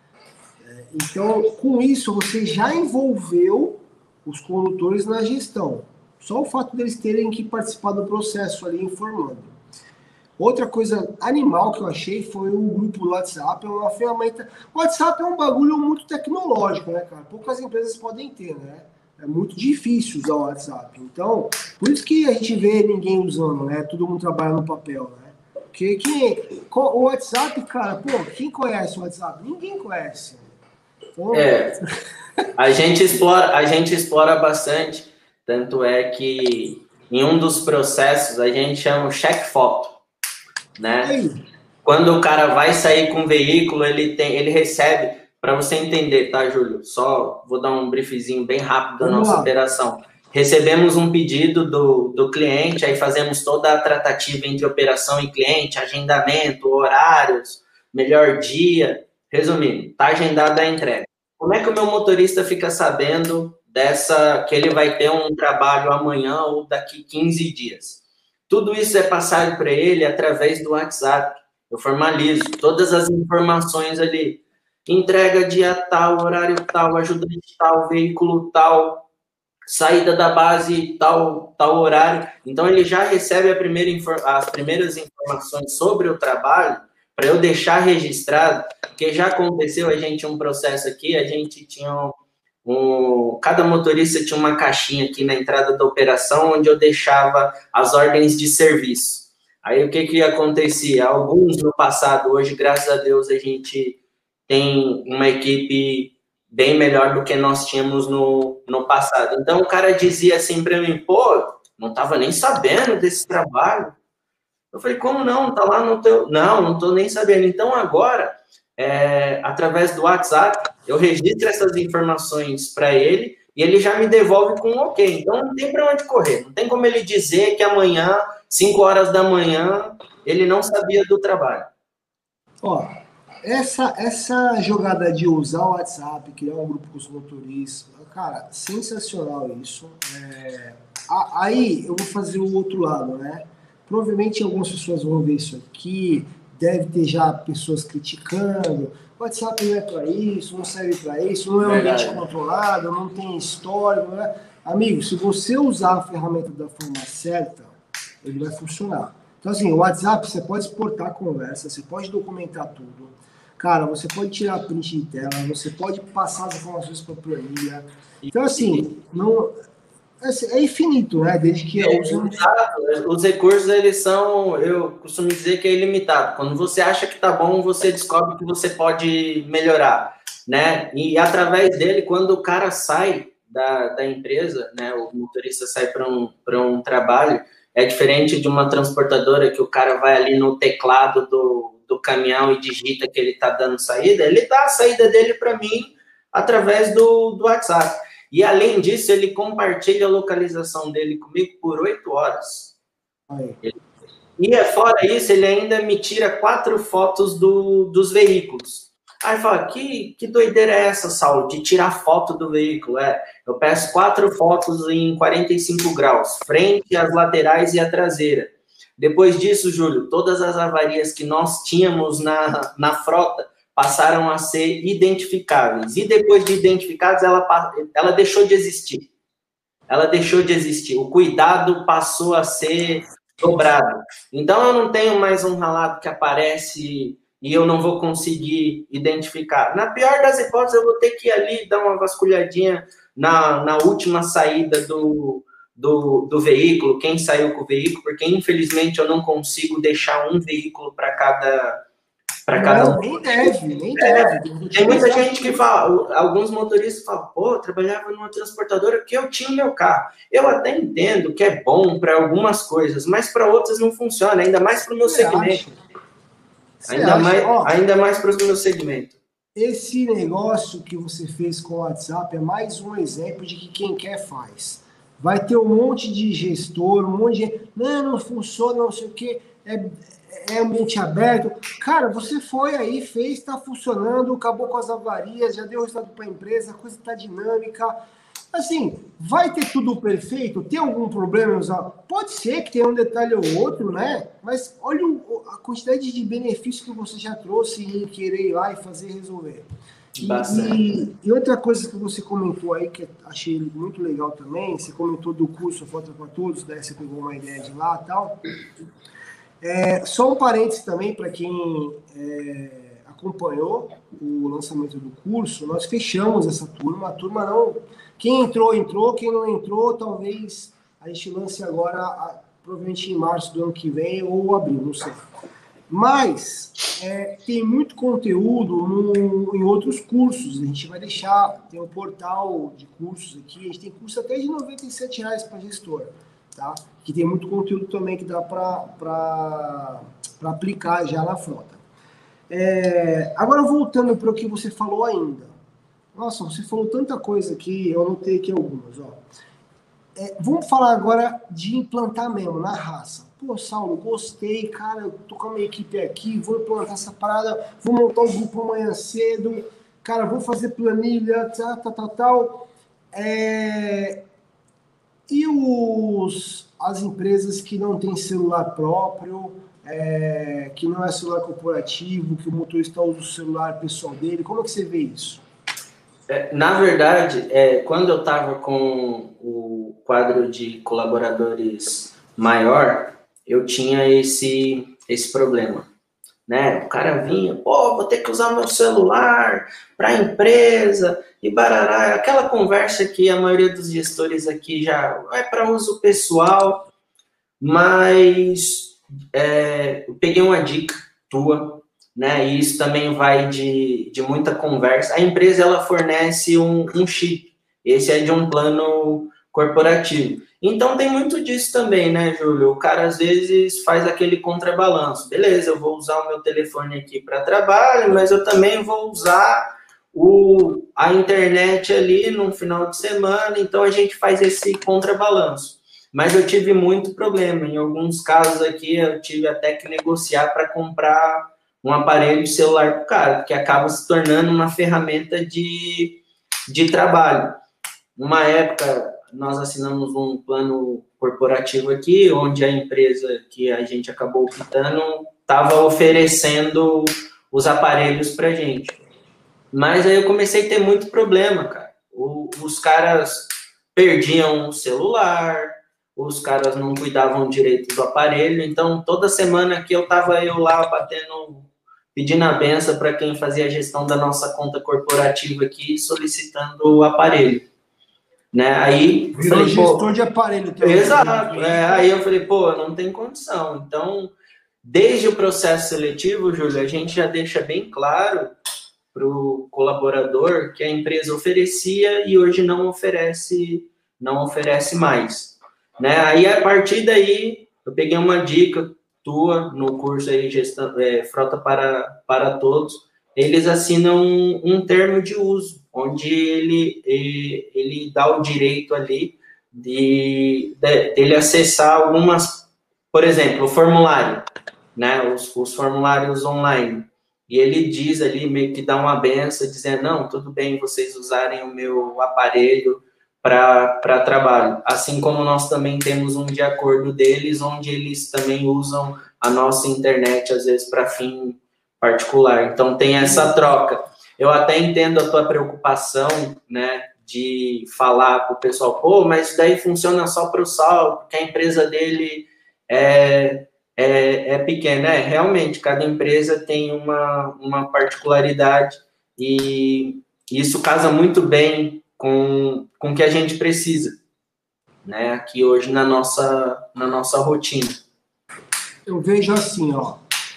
É, então, com isso, você já envolveu os condutores na gestão. Só o fato deles terem que participar do processo ali informando. Outra coisa animal que eu achei foi o grupo do WhatsApp, é uma ferramenta... O WhatsApp é um bagulho muito tecnológico, né, cara? Poucas empresas podem ter, né? É muito difícil usar o WhatsApp. Então, por isso que a gente vê ninguém usando, né? Todo mundo trabalha no papel, né? Porque quem... o WhatsApp, cara, pô, quem conhece o WhatsApp? Ninguém conhece. Então... É, a gente explora, a gente explora bastante, tanto é que em um dos processos a gente chama o check foto. Né? Quando o cara vai sair com o veículo, ele, tem, ele recebe, para você entender, tá, Júlio? Só vou dar um briefzinho bem rápido da nossa operação. Recebemos um pedido do, do cliente, aí fazemos toda a tratativa entre operação e cliente, agendamento, horários, melhor dia. Resumindo, tá agendada a entrega. Como é que o meu motorista fica sabendo dessa que ele vai ter um trabalho amanhã ou daqui quinze dias? Tudo isso é passado para ele através do WhatsApp. Eu formalizo todas as informações ali. Entrega dia tal, horário tal, ajudante tal, veículo tal, saída da base tal, tal horário. Então, ele já recebe a primeira, as primeiras informações sobre o trabalho para eu deixar registrado, porque já aconteceu, a gente um processo aqui, a gente tinha... Um, Um, cada motorista tinha uma caixinha aqui na entrada da operação onde eu deixava as ordens de serviço. Aí o que que acontecia? Alguns no passado, hoje, graças a Deus, a gente tem uma equipe bem melhor do que nós tínhamos no, no passado. Então o cara dizia assim para mim, pô, não estava nem sabendo desse trabalho. Eu falei, como não? Tá lá no teu... Não, não estou nem sabendo. Então agora... É, através do WhatsApp, eu registro essas informações para ele e ele já me devolve com um ok. Então, não tem para onde correr. Não tem como ele dizer que amanhã, cinco horas da manhã, ele não sabia do trabalho. Ó, essa, essa jogada de usar o WhatsApp, criar um grupo com os motoristas, cara, sensacional isso. É, aí, eu vou fazer o outro lado, né? Provavelmente algumas pessoas vão ver isso aqui, deve ter já pessoas criticando, o WhatsApp não é para isso, não serve para isso, não é um ambiente controlado, não tem histórico, né? Amigo, se você usar a ferramenta da forma certa, ele vai funcionar. Então, assim, o WhatsApp, você pode exportar a conversa, você pode documentar tudo. Cara, você pode tirar print de tela, você pode passar as informações para a planilha. Então, assim, não, é infinito, né? Desde que é, usamos... Os recursos, eles são, eu costumo dizer que é ilimitado. Quando você acha que tá bom, você descobre que você pode melhorar, né? E através dele, quando o cara sai da, da empresa, né? O motorista sai para um, para um trabalho, é diferente de uma transportadora que o cara vai ali no teclado do, do caminhão e digita que ele tá dando saída. Ele dá a saída dele para mim através do, do WhatsApp. E, além disso, ele compartilha a localização dele comigo por oito horas. Ele... E, fora isso, ele ainda me tira quatro fotos do, dos veículos. Aí fala, que, que doideira é essa, Saulo, de tirar foto do veículo? É, eu peço quatro fotos em quarenta e cinco graus, frente, as laterais e a traseira. Depois disso, Júlio, todas as avarias que nós tínhamos na, na frota passaram a ser identificáveis. E depois de identificados, ela, ela deixou de existir. Ela deixou de existir. O cuidado passou a ser dobrado. Então, eu não tenho mais um ralado que aparece e eu não vou conseguir identificar. Na pior das hipóteses, eu vou ter que ir ali dar uma vasculhadinha na, na última saída do, do, do veículo, quem saiu com o veículo, porque, infelizmente, eu não consigo deixar um veículo para cada... Para cada um. Nem deve, nem é, deve. Tem muita gente que fala, alguns motoristas falam, pô, eu trabalhava numa transportadora porque eu tinha o meu carro. Eu até entendo que é bom para algumas coisas, mas para outras não funciona, ainda mais para o meu Você segmento. Ainda mais, Ó, ainda mais para o meu segmento. Esse negócio que você fez com o WhatsApp é mais um exemplo de que quem quer faz. Vai ter um monte de gestor, um monte de... Não, não funciona, não sei o quê. É... é ambiente aberto. Cara, você foi aí, fez, está funcionando, acabou com as avarias, já deu resultado para a empresa, a coisa está dinâmica. Assim, vai ter tudo perfeito? Tem algum problema? Pode ser que tenha um detalhe ou outro, né? Mas olha a quantidade de benefícios que você já trouxe em querer ir lá e fazer resolver. E, e, e outra coisa que você comentou aí, que achei muito legal também, você comentou do curso Foto para Todos, daí você pegou uma ideia de lá e tal. É, só um parênteses também para quem é, acompanhou o lançamento do curso, nós fechamos essa turma, a turma não... Quem entrou, entrou, quem não entrou, talvez a gente lance agora, a, provavelmente em março do ano que vem, ou abril, não sei. Mas é, tem muito conteúdo no, em outros cursos, a gente vai deixar, tem um portal de cursos aqui, a gente tem curso até de noventa e sete reais para gestor. Tá? Que tem muito conteúdo também que dá para aplicar já na frota. É, agora, voltando para o que você falou ainda. Nossa, você falou tanta coisa aqui, eu anotei aqui algumas. Ó. É, vamos falar agora de implantar mesmo, na raça. Pô, Saulo, gostei, cara, eu tô com a minha equipe aqui, vou implantar essa parada, vou montar um grupo amanhã cedo, cara, vou fazer planilha, tal, tal, tal, tal. É... E os, as empresas que não têm celular próprio, é, que não é celular corporativo, que o motorista usa o celular pessoal dele, como é que você vê isso? É, na verdade, é, quando eu estava com o quadro de colaboradores maior, eu tinha esse, esse problema. Né? O cara vinha, pô, vou ter que usar meu celular para a empresa e barará. Aquela conversa que a maioria dos gestores aqui já é para uso pessoal, mas é, eu peguei uma dica tua, né? E isso também vai de, de muita conversa. A empresa ela fornece um, um chip, esse é de um plano corporativo. Então tem muito disso também, né, Júlio? O cara às vezes faz aquele contrabalanço. Beleza, eu vou usar o meu telefone aqui para trabalho, mas eu também vou usar o, a internet ali no final de semana, então a gente faz esse contrabalanço. Mas eu tive muito problema. Em alguns casos aqui eu tive até que negociar para comprar um aparelho de celular para o cara, porque acaba se tornando uma ferramenta de, de trabalho. Uma época nós assinamos um plano corporativo aqui, onde a empresa que a gente acabou optando estava oferecendo os aparelhos para gente. Mas aí eu comecei a ter muito problema, cara. O, os caras perdiam o celular, os caras não cuidavam direito do aparelho, então toda semana que eu tava eu lá batendo, pedindo a benção para quem fazia a gestão da nossa conta corporativa aqui, solicitando o aparelho. Né? Aí Virou falei, gestor pô, de aparelho. Exato. É, aí eu falei, pô, não tem condição. Então, desde o processo seletivo, Júlio, a gente já deixa bem claro para o colaborador que a empresa oferecia e hoje não oferece, não oferece mais. Né? Aí, a partir daí, eu peguei uma dica tua no curso aí, gestão, é, Frota para, para Todos. Eles assinam um, um termo de uso, onde ele, ele, ele dá o direito ali de, de, dele acessar algumas, por exemplo, o formulário, né? Os, os formulários online. E ele diz ali, meio que dá uma benção, dizendo, não, tudo bem vocês usarem o meu aparelho para trabalho. Assim como nós também temos um de acordo deles, onde eles também usam a nossa internet, às vezes, para fim particular. Então, tem essa troca. Eu até entendo a tua preocupação, né, de falar para o pessoal, pô, mas isso daí funciona só para o Saulo, porque a empresa dele é... É, é pequena, é, realmente, cada empresa tem uma, uma particularidade e isso casa muito bem com, com o que a gente precisa, né, aqui hoje na nossa, na nossa rotina. Eu vejo assim, ó,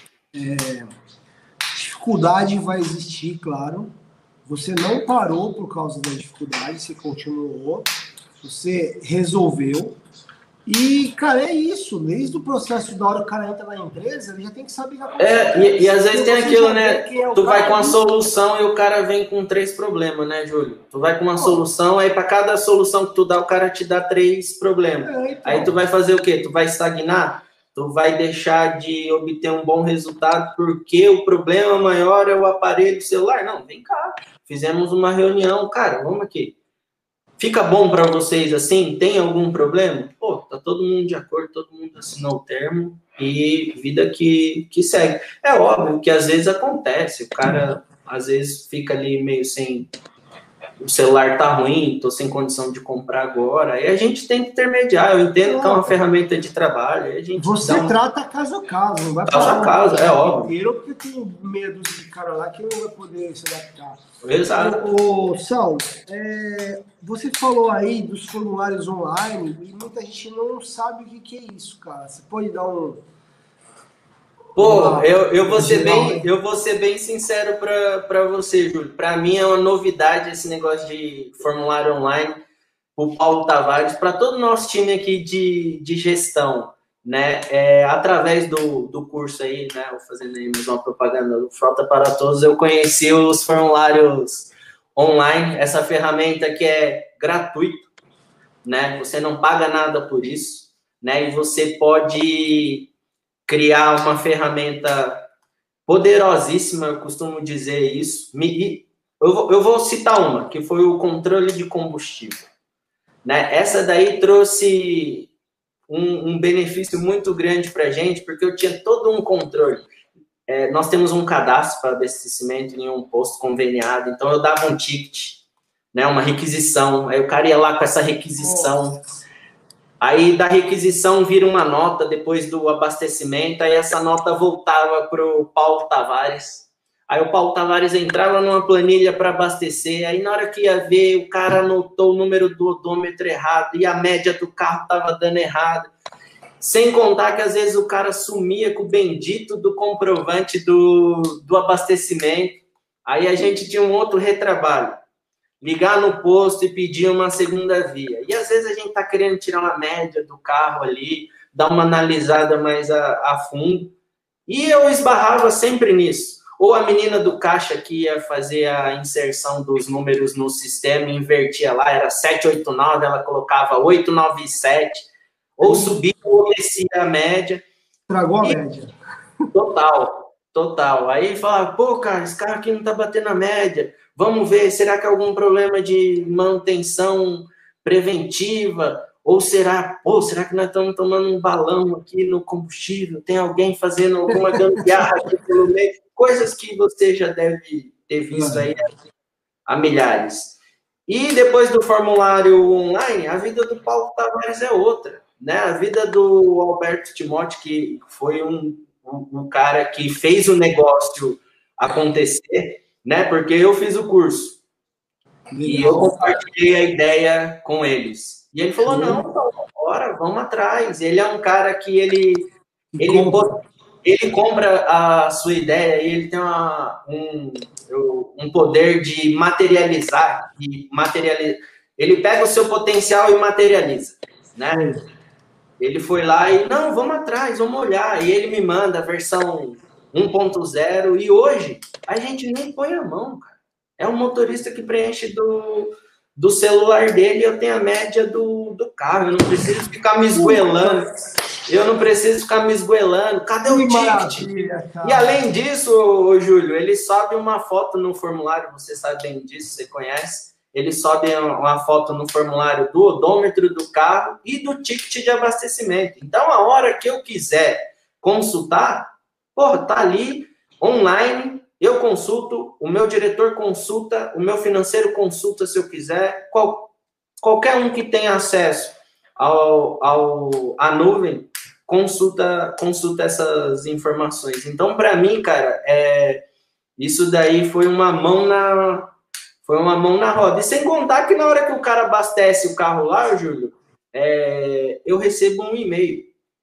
é, dificuldade vai existir, claro, você não parou por causa da dificuldade, você continuou, você resolveu. E, cara, é isso. Desde o processo da hora que o cara entra na empresa, ele já tem que saber o que acontece. É, e, e às vezes tem aquilo, né? É tu vai com a solução e o cara vem com três problemas, né, Júlio? Tu vai com uma Pô. solução, aí para cada solução que tu dá, o cara te dá três problemas. É, então. Aí tu vai fazer o quê? Tu vai estagnar? Tu vai deixar de obter um bom resultado porque o problema maior é o aparelho celular? Não, vem cá. Fizemos uma reunião. Cara, vamos aqui. Fica bom para vocês assim? Tem algum problema? Pô, tá todo mundo de acordo, todo mundo assinou o termo e vida que, que segue. É óbvio que às vezes acontece, o cara às vezes fica ali meio sem... O celular tá ruim, tô sem condição de comprar agora. Aí a gente tem que intermediar. Eu entendo é. que é uma ferramenta de trabalho. Aí a gente Você um... trata caso a caso, não vai caso a caso, é óbvio. Inteiro, porque tem medo de cara lá que não vai poder se adaptar. Exato. Ô, ô Saulo, é, você falou aí dos formulários online e muita gente não sabe o que, que é isso, cara. Você pode dar um... Pô, eu, eu, vou ser bem, eu vou ser bem sincero para você, Júlio. Para mim é uma novidade esse negócio de formulário online. O Paulo Tavares, para todo o nosso time aqui de, de gestão, né? É, através do, do curso aí, né? Vou fazendo aí mais uma propaganda do Frota para Todos, eu conheci os formulários online, essa ferramenta que é gratuita, né? Você não paga nada por isso, né? E você pode criar uma ferramenta poderosíssima, eu costumo dizer isso. Eu vou, eu vou citar uma, que foi o controle de combustível. Né? Essa daí trouxe um, um benefício muito grande para a gente, porque eu tinha todo um controle. É, nós temos um cadastro para abastecimento em um posto conveniado, então eu dava um ticket, né, uma requisição, aí o cara ia lá com essa requisição, aí da requisição vira uma nota depois do abastecimento, aí essa nota voltava para o Paulo Tavares, aí o Paulo Tavares entrava numa planilha para abastecer, aí na hora que ia ver, o cara anotou o número do odômetro errado e a média do carro estava dando errado. Sem contar que às vezes o cara sumia com o bendito do comprovante do, do abastecimento. Aí a gente tinha um outro retrabalho. Ligar no posto e pedir uma segunda via. E às vezes a gente está querendo tirar uma média do carro ali, dar uma analisada mais a, a fundo. E eu esbarrava sempre nisso. Ou a menina do caixa que ia fazer a inserção dos números no sistema e invertia lá, era sete oito nove, ela colocava oito nove sete. Ou subia ou descia a média. Tragou a e... média. Total, total. Aí falava, pô, cara, esse carro aqui não tá batendo a média. Vamos ver, será que é algum problema de manutenção preventiva? Ou será, pô, será que nós estamos tomando um balão aqui no combustível? Tem alguém fazendo alguma gambiarra aqui pelo meio? Coisas que você já deve ter visto aí há milhares. E depois do formulário online, a vida do Paulo Tavares é outra, né? A vida do Alberto Timóteo, que foi um, um, um cara que fez o negócio acontecer, né? Porque eu fiz o curso. Legal. E eu compartilhei a ideia com eles. E ele falou, não, bora, vamos atrás. Ele é um cara que ele... Ele compra, ele compra a sua ideia e ele tem uma, um... um poder de materializar, e materializa. Ele pega o seu potencial e materializa, né? Ele foi lá e, não, vamos atrás, vamos olhar, e ele me manda a versão um ponto zero, e hoje a gente nem põe a mão, cara. É um motorista que preenche do, do celular dele, eu tenho a média do, do carro, eu não preciso ficar me esgoelando. Eu não preciso ficar me esgoelando. Cadê o ticket? E além disso, ô, Júlio, ele sobe uma foto no formulário, você sabe bem disso, você conhece. Ele sobe uma foto no formulário do odômetro do carro e do ticket de abastecimento. Então, a hora que eu quiser consultar, porra, tá ali, online, eu consulto, o meu diretor consulta, o meu financeiro consulta se eu quiser. Qual, qualquer um que tenha acesso ao, ao, à nuvem, consulta, consulta essas informações. Então, para mim, cara, é, isso daí foi uma mão na foi uma mão na roda. E sem contar que na hora que o cara abastece o carro lá, Júlio, é, eu recebo um e-mail,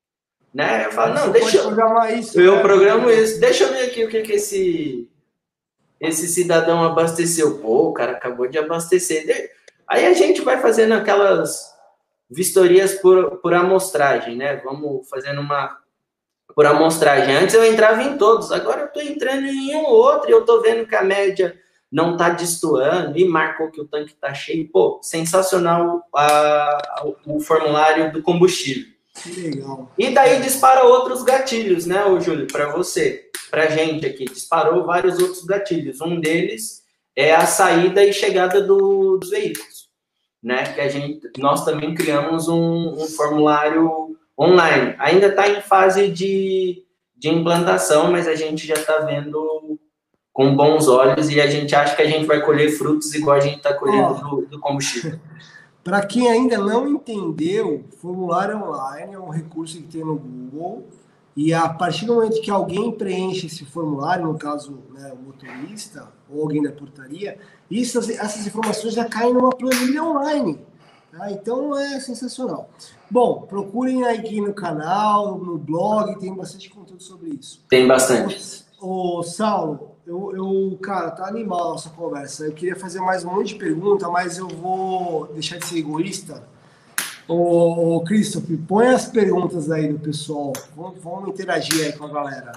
né? Eu falo, não, Você deixa eu programar isso. Eu né? programo isso. Deixa eu ver aqui o que que esse esse cidadão abasteceu. Pô, o cara acabou de abastecer. Aí a gente vai fazendo aquelas vistorias por, por amostragem, né? Vamos fazendo uma por amostragem. Antes eu entrava em todos, agora eu estou entrando em um ou outro e eu estou vendo que a média não está destoando e marcou que o tanque está cheio. Pô, sensacional a, a, o formulário do combustível. Que legal. E daí dispara outros gatilhos, né, ô Júlio, para você, para gente aqui. Disparou vários outros gatilhos. Um deles é a saída e chegada do, dos veículos, né? Que a gente, nós também criamos um, um formulário online. Ainda está em fase de, de implantação, mas a gente já está vendo com bons olhos e a gente acha que a gente vai colher frutos igual a gente está colhendo oh, do, do combustível. Para quem ainda não entendeu, formulário online é um recurso que tem no Google e a partir do momento que alguém preenche esse formulário, no caso, né, o motorista ou alguém da portaria, isso, essas informações já caem numa planilha online. Tá? Então é sensacional. Bom, procurem aqui no canal, no blog, tem bastante conteúdo sobre isso. Tem bastante. Ô, Saulo, eu, eu, cara, tá animal a nossa conversa. Eu queria fazer mais um monte de perguntas, mas eu vou deixar de ser egoísta. Ô, ô Christopher, põe as perguntas aí do pessoal. Vamos, vamos interagir aí com a galera.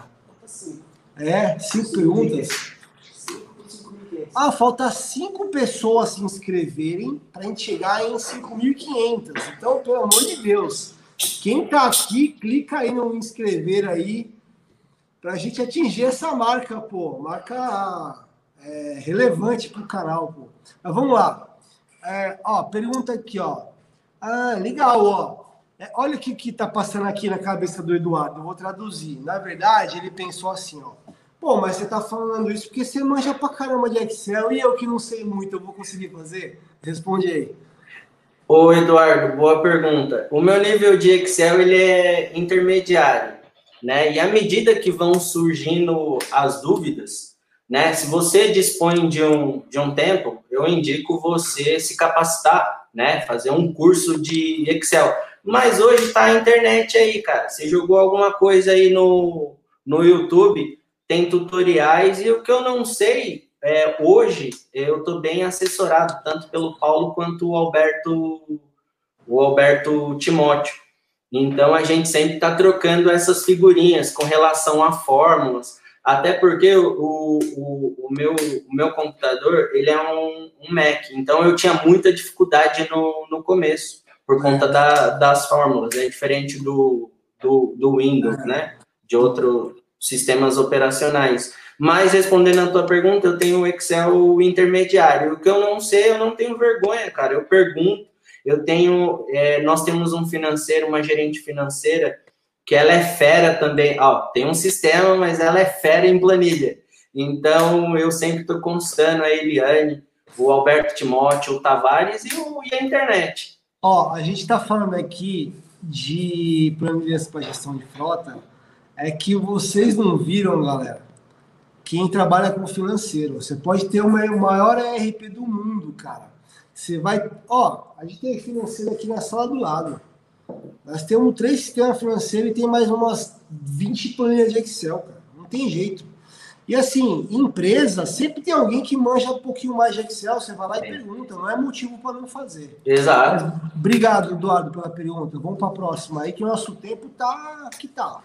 É? Cinco perguntas? Ah, falta cinco pessoas se inscreverem para a gente chegar em cinco mil e quinhentos. Então, pelo amor de Deus, quem tá aqui, clica aí no inscrever aí para a gente atingir essa marca, pô. Marca é, relevante para o canal, pô. Mas vamos lá. É, ó, pergunta aqui, ó. Ah, legal, ó. É, olha o que que tá passando aqui na cabeça do Eduardo. Eu vou traduzir. Na verdade, ele pensou assim, ó. Pô, mas você tá falando isso porque você manja pra caramba de Excel e eu que não sei muito, eu vou conseguir fazer? Responde aí. Ô, Eduardo, boa pergunta. O meu nível de Excel, ele é intermediário, né? E à medida que vão surgindo as dúvidas, né? Se você dispõe de um, de um tempo, eu indico você se capacitar, né? Fazer um curso de Excel. Mas hoje tá a internet aí, cara. Você jogou alguma coisa aí no, no YouTube... Tem tutoriais e o que eu não sei, é, hoje eu estou bem assessorado, tanto pelo Paulo quanto o Alberto, o Alberto Timóteo. Então, a gente sempre está trocando essas figurinhas com relação a fórmulas, até porque o, o, o, meu, o meu computador, ele é um, um Mac, então eu tinha muita dificuldade no, no começo, por conta da, das fórmulas, é diferente do, do, do Windows, né, de outro... sistemas operacionais. Mas, respondendo a tua pergunta, eu tenho o Excel intermediário. O que eu não sei, eu não tenho vergonha, cara. Eu pergunto. Eu tenho, é, nós temos um financeiro, uma gerente financeira, que ela é fera também. Ó, tem um sistema, mas ela é fera em planilha. Então, eu sempre estou consultando a Eliane, o Alberto Timóteo, o Tavares e, o, e a internet. Ó, a gente está falando aqui de planilhas para gestão de frota, é que vocês não viram, galera, quem trabalha com financeiro. Você pode ter o maior E R P do mundo, cara. Você vai... Ó, a gente tem financeiro aqui na sala do lado. Nós temos três sistemas financeiros e tem mais umas vinte planilhas de Excel, cara. Não tem jeito. E assim, empresa, sempre tem alguém que manja um pouquinho mais de Excel, você vai lá e pergunta, não é motivo para não fazer. Exato. Mas, obrigado, Eduardo, pela pergunta. Vamos para a próxima aí, que o nosso tempo tá que tá.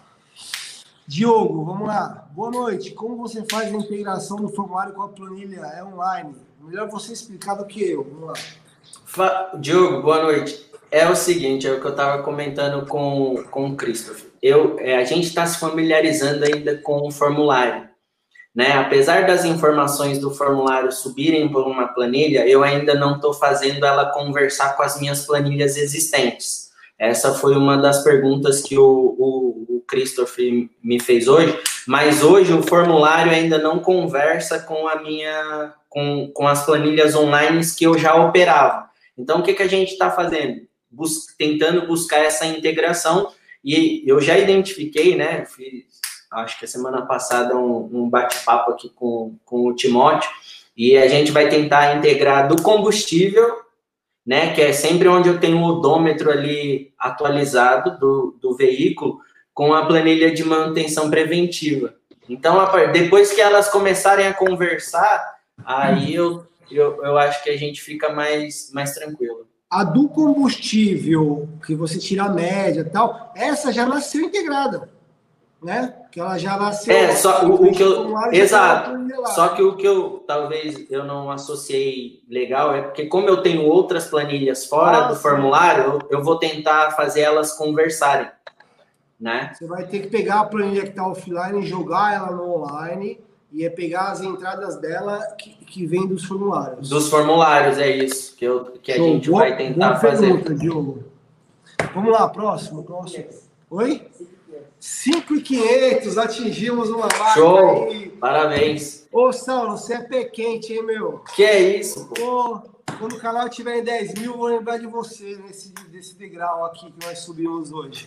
Diogo, vamos lá. Boa noite. Como você faz a integração do formulário com a planilha? É online? Melhor você explicar do que eu. Vamos lá. Fa... Diogo, boa noite. É o seguinte, é o que eu estava comentando com, com o Christopher. Eu, é, a gente está se familiarizando ainda com o formulário, né? Apesar das informações do formulário subirem por uma planilha, eu ainda não estou fazendo ela conversar com as minhas planilhas existentes. Essa foi uma das perguntas que o, o, o Christopher me fez hoje, mas hoje o formulário ainda não conversa com a minha, com, com as planilhas online que eu já operava. Então, o que, que a gente está fazendo? Bus- tentando buscar essa integração, e eu já identifiquei, né, fiz, acho que a semana passada, um, um bate-papo aqui com, com o Timóteo, e a gente vai tentar integrar do combustível, né, que é sempre onde eu tenho o odômetro ali atualizado do, do veículo, com a planilha de manutenção preventiva. Então, depois que elas começarem a conversar, aí eu, eu, eu acho que a gente fica mais, mais tranquilo. A do combustível, que você tira a média e tal, essa já nasceu integrada, né? Que ela já nasceu... É, só o, o que eu... Exato. Tá, só que o que eu, talvez, eu não associei legal é porque como eu tenho outras planilhas fora ah, do sim. formulário, eu, eu vou tentar fazer elas conversarem, né? Você vai ter que pegar a planilha que está offline, jogar ela no online... E é pegar as entradas dela que, que vem dos formulários. Dos formulários, é isso que, eu, que a Show. gente boa, vai tentar boa fazer. Pergunta, Diogo. Vamos lá, próximo. próximo. Oi? cinco mil e quinhentos, atingimos uma marca. Show! Aí. Parabéns. Ô, Saulo, você é pé quente, hein, meu? Que é isso? Pô, quando o canal tiver em dez mil, eu vou lembrar de você nesse desse degrau aqui que nós subimos hoje.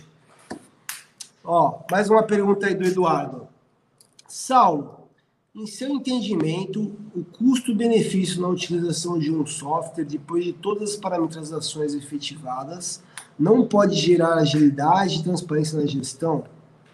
Ó, mais uma pergunta aí do Eduardo. Saulo, em seu entendimento, o custo-benefício na utilização de um software, depois de todas as parametrizações efetivadas, não pode gerar agilidade e transparência na gestão?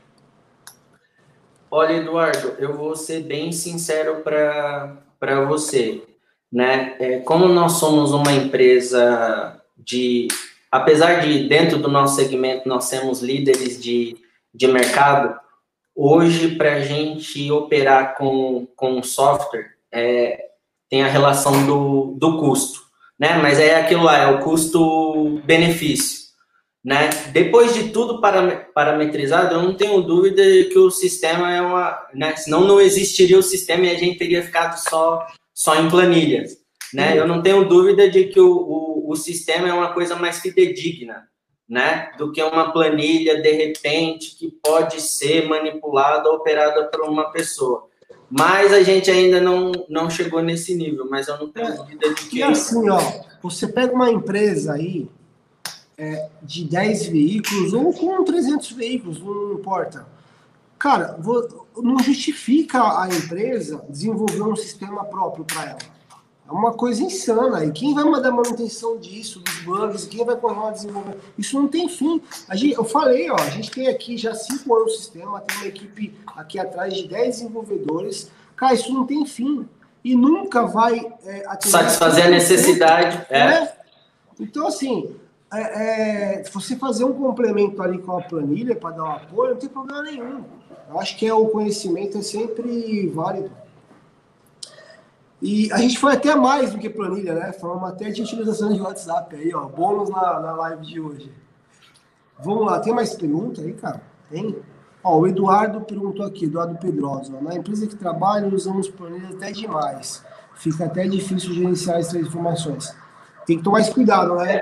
Olha, Eduardo, eu vou ser bem sincero para você, né? É, como nós somos uma empresa de... Apesar de, dentro do nosso segmento, nós sermos líderes de, de mercado, hoje, para a gente operar com, com software, é, tem a relação do, do custo, né? Mas é aquilo lá, é o custo-benefício, né? Depois de tudo parametrizado, eu não tenho dúvida que o sistema é uma... Né? Senão não existiria o sistema e a gente teria ficado só, só em planilhas, né? Uhum. Eu não tenho dúvida de que o, o, o sistema é uma coisa mais fidedigna, né, do que uma planilha, de repente, que pode ser manipulada, operada por uma pessoa. Mas a gente ainda não, não chegou nesse nível, mas eu não tenho é, dúvida de que... E assim, ó, você pega uma empresa aí é, de dez veículos ou com trezentos veículos, não importa. Cara, vou, não justifica a empresa desenvolver um sistema próprio para ela. É uma coisa insana. E quem vai mandar manutenção disso, dos bugs, quem vai continuar desenvolvendo? Isso não tem fim. A gente, eu falei, ó, a gente tem aqui já cinco anos o sistema, tem uma equipe aqui atrás de dez desenvolvedores. Cara, isso não tem fim. E nunca vai... É, satisfazer a necessidade. É. Né? Então, assim, é, é, se você fazer um complemento ali com a planilha para dar um apoio, não tem problema nenhum. Eu acho que é, o conhecimento é sempre válido. E a gente foi até mais do que planilha, né? Falamos até de utilização de WhatsApp aí, ó. Bônus na, na live de hoje. Vamos lá, tem mais pergunta aí, cara? Tem? Ó, o Eduardo perguntou aqui, Eduardo Pedrosa. Na empresa que trabalho, usamos planilha até demais. Fica até difícil gerenciar essas informações. Tem que tomar esse cuidado, né?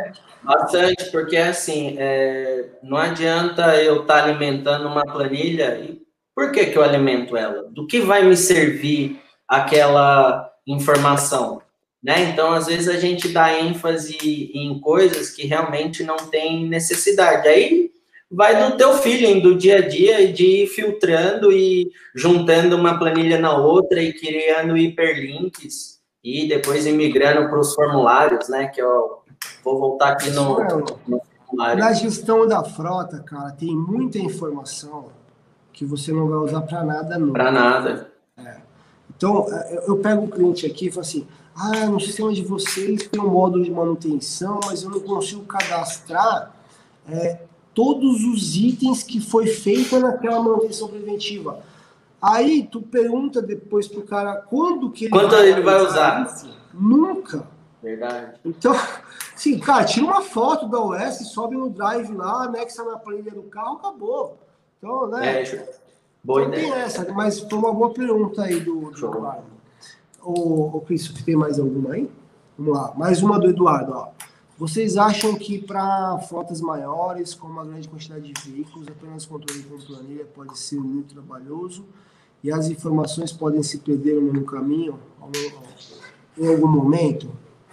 Bastante, porque assim, é, não adianta eu estar alimentando uma planilha. E por que que eu alimento ela? Do que vai me servir aquela informação? Né? Então, às vezes, a gente dá ênfase em coisas que realmente não tem necessidade. Aí vai do teu feeling do dia a dia de ir filtrando e juntando uma planilha na outra e criando hiperlinks e depois imigrando para os formulários, né? Que eu vou voltar aqui no, no formulário. Na gestão da frota, cara, tem muita informação que você não vai usar para nada nunca. Para nada. É. Então, eu pego o cliente aqui e falo assim, ah, no sistema de vocês tem um módulo de manutenção, mas eu não consigo cadastrar é, todos os itens que foi feita naquela manutenção preventiva. Aí, tu pergunta depois pro cara quando que ele Quanto vai ele vai usar? Isso? Nunca. Verdade. Então, assim, cara, tira uma foto da O S, sobe no Drive lá, anexa na planilha do carro, acabou. Então, né? É, boa então, ideia. Tem essa, mas foi uma boa pergunta aí do, do Eduardo. Ô, ô Cristo, tem mais alguma aí? Vamos lá, mais uma do Eduardo, ó. Vocês acham que para frotas maiores, com uma grande quantidade de veículos, apenas controle com planilha pode ser muito trabalhoso e as informações podem se perder no meio do caminho em algum momento?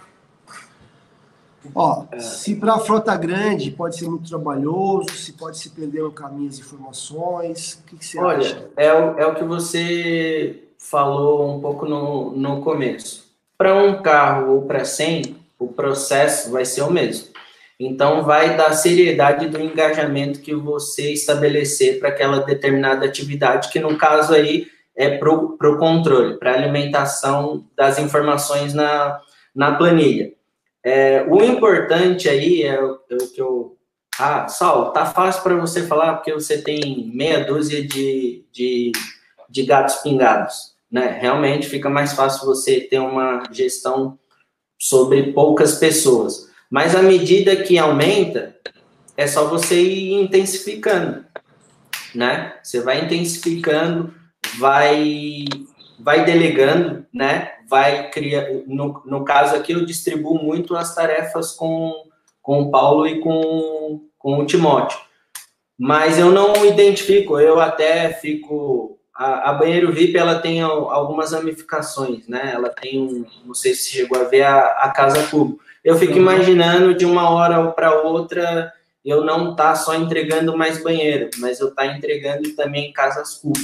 Ó, se para a frota grande pode ser muito trabalhoso, se pode se perder no caminho as informações, o que, que você Olha, acha? é o, é o que você falou um pouco no, no começo. Para um carro ou para cem, o processo vai ser o mesmo. Então, vai dar seriedade do engajamento que você estabelecer para aquela determinada atividade, que no caso aí é para o controle, para alimentação das informações na, na planilha. É, o importante aí é o, é o que eu... Ah, Saulo, tá fácil para você falar porque você tem meia dúzia de, de, de gatos pingados, né? Realmente fica mais fácil você ter uma gestão sobre poucas pessoas. Mas à medida que aumenta, é só você ir intensificando, né? Você vai intensificando, vai, vai delegando, né? Vai criar... No, no caso aqui, eu distribuo muito as tarefas com, com o Paulo e com, com o Timóteo. Mas eu não identifico, eu até fico... A, a Banheiro V I P, ela tem algumas ramificações, né? Ela tem um... Não sei se chegou a ver a, a Casa Cubo. Eu fico imaginando de uma hora para outra eu não estar tá só entregando mais banheiro, mas eu estar tá entregando também Casas Cubo.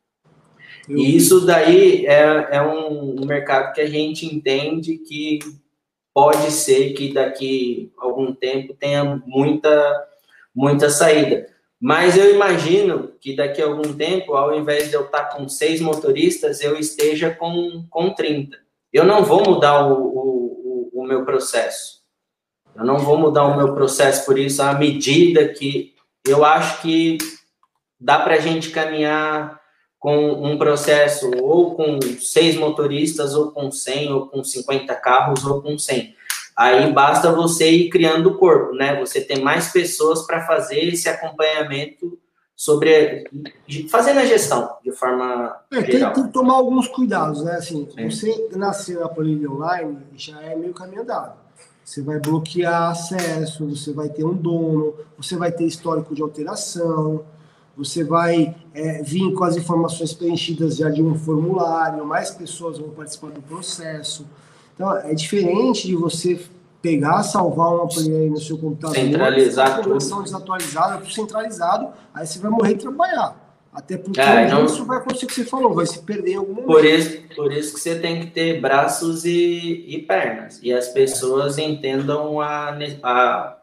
E isso daí é, é um mercado que a gente entende que pode ser que daqui a algum tempo tenha muita, muita saída. Mas eu imagino que daqui a algum tempo, ao invés de eu estar com seis motoristas, eu esteja com, com trinta. Eu não vou mudar o, o, o meu processo. Eu não vou mudar o meu processo, por isso, à medida que eu acho que dá para a gente caminhar com um processo ou com seis motoristas, ou com cem, ou com cinquenta carros, ou com cem. Aí basta você ir criando o corpo, né? Você ter mais pessoas para fazer esse acompanhamento sobre... fazendo a gestão, de forma é, geral. Tem, tem que tomar alguns cuidados, né? Assim, Sim. Você nascer na planilha online já é meio caminho andado. Você vai bloquear acesso, você vai ter um dono, você vai ter histórico de alteração, você vai é, vir com as informações preenchidas já de um formulário, mais pessoas vão participar do processo. Então, é diferente de você pegar, salvar uma planilha no seu computador, centralizar tudo, versão desatualizada, tudo centralizado, aí você vai morrer de trabalhar. Até porque é, não... isso vai acontecer o que você falou, vai se perder em algum momento. Por isso, por isso que você tem que ter braços e, e pernas, e as pessoas é. entendam a, a,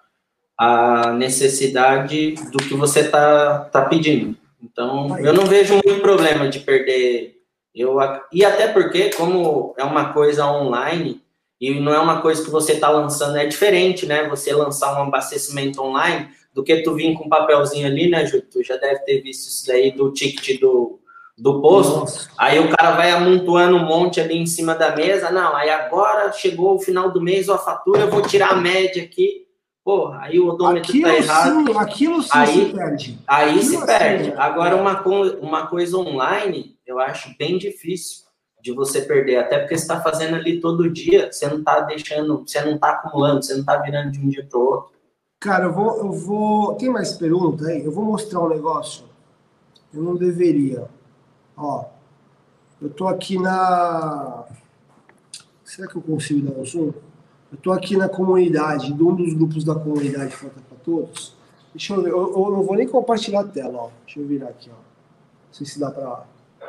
a necessidade do que você está tá pedindo. Então, eu não vejo muito problema de perder... Eu, e até porque, como é uma coisa online, e não é uma coisa que você está lançando, é diferente, né? Você lançar um abastecimento online do que tu vir com um papelzinho ali, né, Júlio? Tu já deve ter visto isso daí do ticket do, do posto. Nossa. Aí o cara vai amontoando um monte ali em cima da mesa. Não, aí agora chegou o final do mês, a fatura, eu vou tirar a média aqui. Porra, aí o odômetro aquilo tá errado. Sim, aquilo sim aí, se perde. Aí aquilo se perde. Sim, agora, uma, uma coisa online, eu acho bem difícil de você perder, até porque você está fazendo ali todo dia, você não está deixando, você não está acumulando, você não está virando de um dia para o outro. Cara, eu vou, eu vou. Tem mais pergunta aí? Eu vou mostrar um negócio. Eu não deveria. Ó, eu tô aqui na. Será que eu consigo dar um zoom? Eu tô aqui na comunidade, de um dos grupos da comunidade Frota para Todos. Deixa eu ver, eu, eu não vou nem compartilhar a tela, ó. Deixa eu virar aqui, ó. Não sei se dá pra.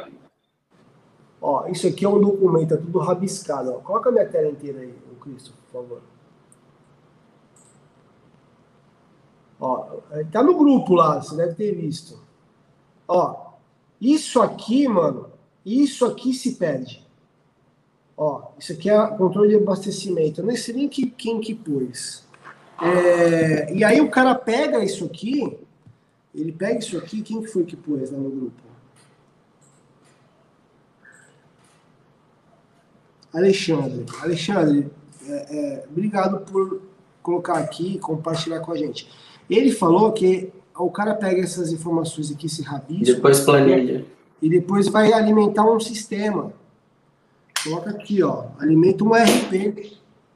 Ó, isso aqui é um documento, é tudo rabiscado, ó. Coloca a minha tela inteira aí, o Cristo, por favor. Ó, tá no grupo lá, você deve ter visto. Ó, isso aqui, mano, isso aqui se perde. Ó, isso aqui é controle de abastecimento. Eu nem sei nem que, quem que pôs. É, e aí o cara pega isso aqui, ele pega isso aqui, quem que foi que pôs lá no grupo? Alexandre. Alexandre, é, é, obrigado por colocar aqui e compartilhar com a gente. Ele falou que o cara pega essas informações aqui, esse rabisco... Depois planilha. E depois vai alimentar um sistema. Coloca aqui, ó. Alimenta um R P.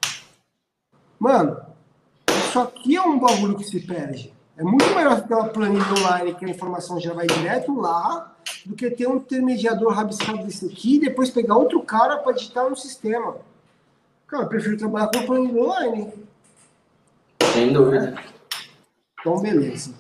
Mano, isso aqui é um bagulho que se perde. É muito melhor ter uma planilha online que a informação já vai direto lá do que ter um intermediador rabiscado desse aqui e depois pegar outro cara para digitar no sistema. Cara, eu prefiro trabalhar com planilha online. Sem dúvida. Então, beleza.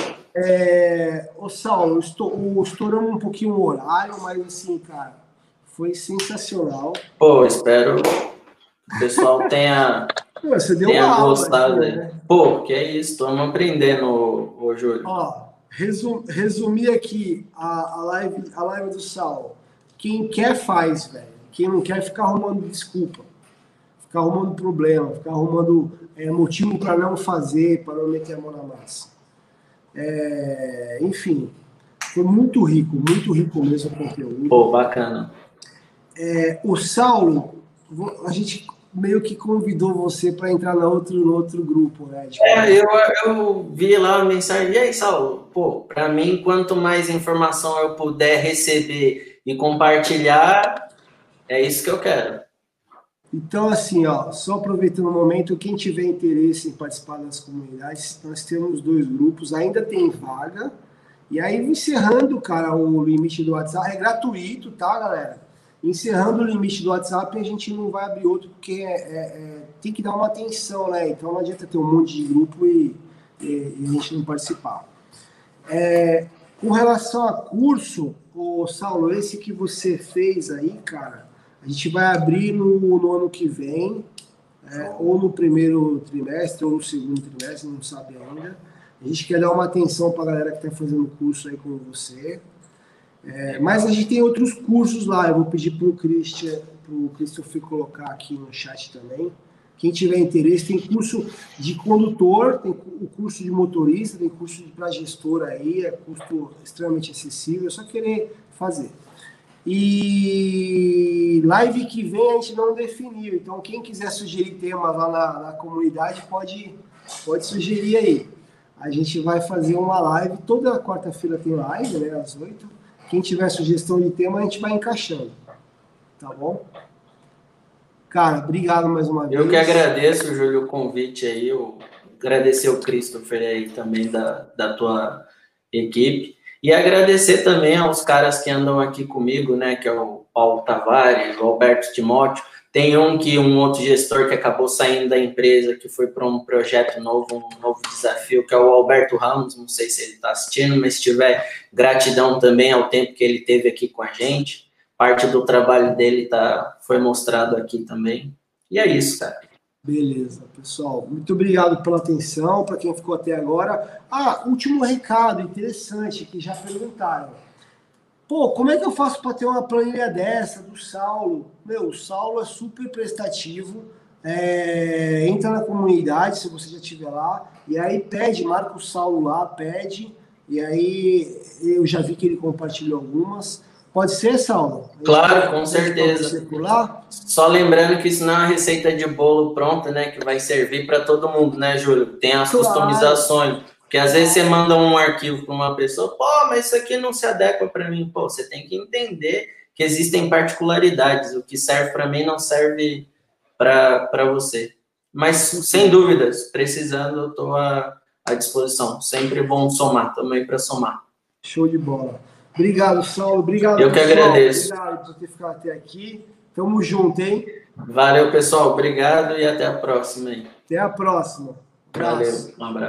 É, ô, Saulo, estou, estouramos um pouquinho o horário, mas assim, cara, foi sensacional. Pô, espero que o pessoal tenha, Pô, você deu tenha uma aula, gostado. assim, né? Pô, que é isso, estamos aprendendo, ô, ô Júlio. Ó, resum, resumir aqui a, a, live, a live do Saulo. Quem quer faz, velho. Quem não quer ficar arrumando desculpa. Ficar arrumando problema, ficar arrumando é, motivo para não fazer, para não meter a mão na massa. É, enfim, foi muito rico, muito rico mesmo o conteúdo. Pô, bacana. É, o Saulo, a gente meio que convidou você para entrar no outro, no outro grupo, né? Tipo, é, eu, eu vi lá a mensagem, e aí, Saulo, pô, para mim, quanto mais informação eu puder receber e compartilhar, é isso que eu quero. Então, assim, ó, só aproveitando o momento, quem tiver interesse em participar das comunidades, nós temos dois grupos, ainda tem vaga. E aí, encerrando, cara, o limite do WhatsApp, é gratuito, tá, galera? Encerrando o limite do WhatsApp, a gente não vai abrir outro, porque é, é, é, tem que dar uma atenção, né? Então, não adianta ter um monte de grupo e, e, e a gente não participar. É, com relação a curso, ô, Saulo, esse que você fez aí, cara, a gente vai abrir no, no ano que vem, é, ou no primeiro trimestre, ou no segundo trimestre, não sabe ainda. A gente quer dar uma atenção para a galera que está fazendo curso aí com você. É, mas a gente tem outros cursos lá. Eu vou pedir para o Christian, pro Christopher colocar aqui no chat também. Quem tiver interesse, tem curso de condutor, tem o curso de motorista, tem curso para gestor aí, é custo extremamente acessível, é só querer fazer. E live que vem a gente não definiu, então quem quiser sugerir temas lá na, na comunidade pode, pode sugerir aí. A gente vai fazer uma live, toda quarta-feira tem live, né, às oito. Quem tiver sugestão de tema, a gente vai encaixando. Tá bom? Cara, obrigado mais uma vez. Eu que agradeço, Júlio, o convite aí. Eu agradecer o Christopher aí também da, da tua equipe. E agradecer também aos caras que andam aqui comigo, né? Que é o Paulo Tavares, o Alberto Timóteo. Tem um que um outro gestor que acabou saindo da empresa, que foi para um projeto novo, um novo desafio, que é o Alberto Ramos. Não sei se ele está assistindo, mas se tiver, gratidão também ao tempo que ele teve aqui com a gente. Parte do trabalho dele tá, foi mostrado aqui também. E é isso, cara. Beleza, pessoal. Muito obrigado pela atenção, para quem ficou até agora. Ah, último recado interessante que já perguntaram. Pô, como é que eu faço para ter uma planilha dessa do Saulo? Meu, o Saulo é super prestativo. É, entra na comunidade, se você já estiver lá, e aí pede, marca o Saulo lá, pede. E aí eu já vi que ele compartilhou algumas. Pode ser, Saulo? Claro, com certeza. Só lembrando que isso não é uma receita de bolo pronta, né? Que vai servir para todo mundo, né, Júlio? Tem as claro. customizações. Porque às vezes você manda um arquivo para uma pessoa, pô, mas isso aqui não se adequa para mim. Pô, você tem que entender que existem particularidades. O que serve para mim não serve para você. Mas, sem dúvidas, precisando, eu estou à, à disposição. Sempre bom somar, também para somar. Show de bola. Obrigado, Saulo. Obrigado, eu pessoal. Eu que agradeço. Obrigado por ter ficado até aqui. Tamo junto, hein? Valeu, pessoal. Obrigado e até a próxima. Aí. Até a próxima. Um Valeu. Um abraço.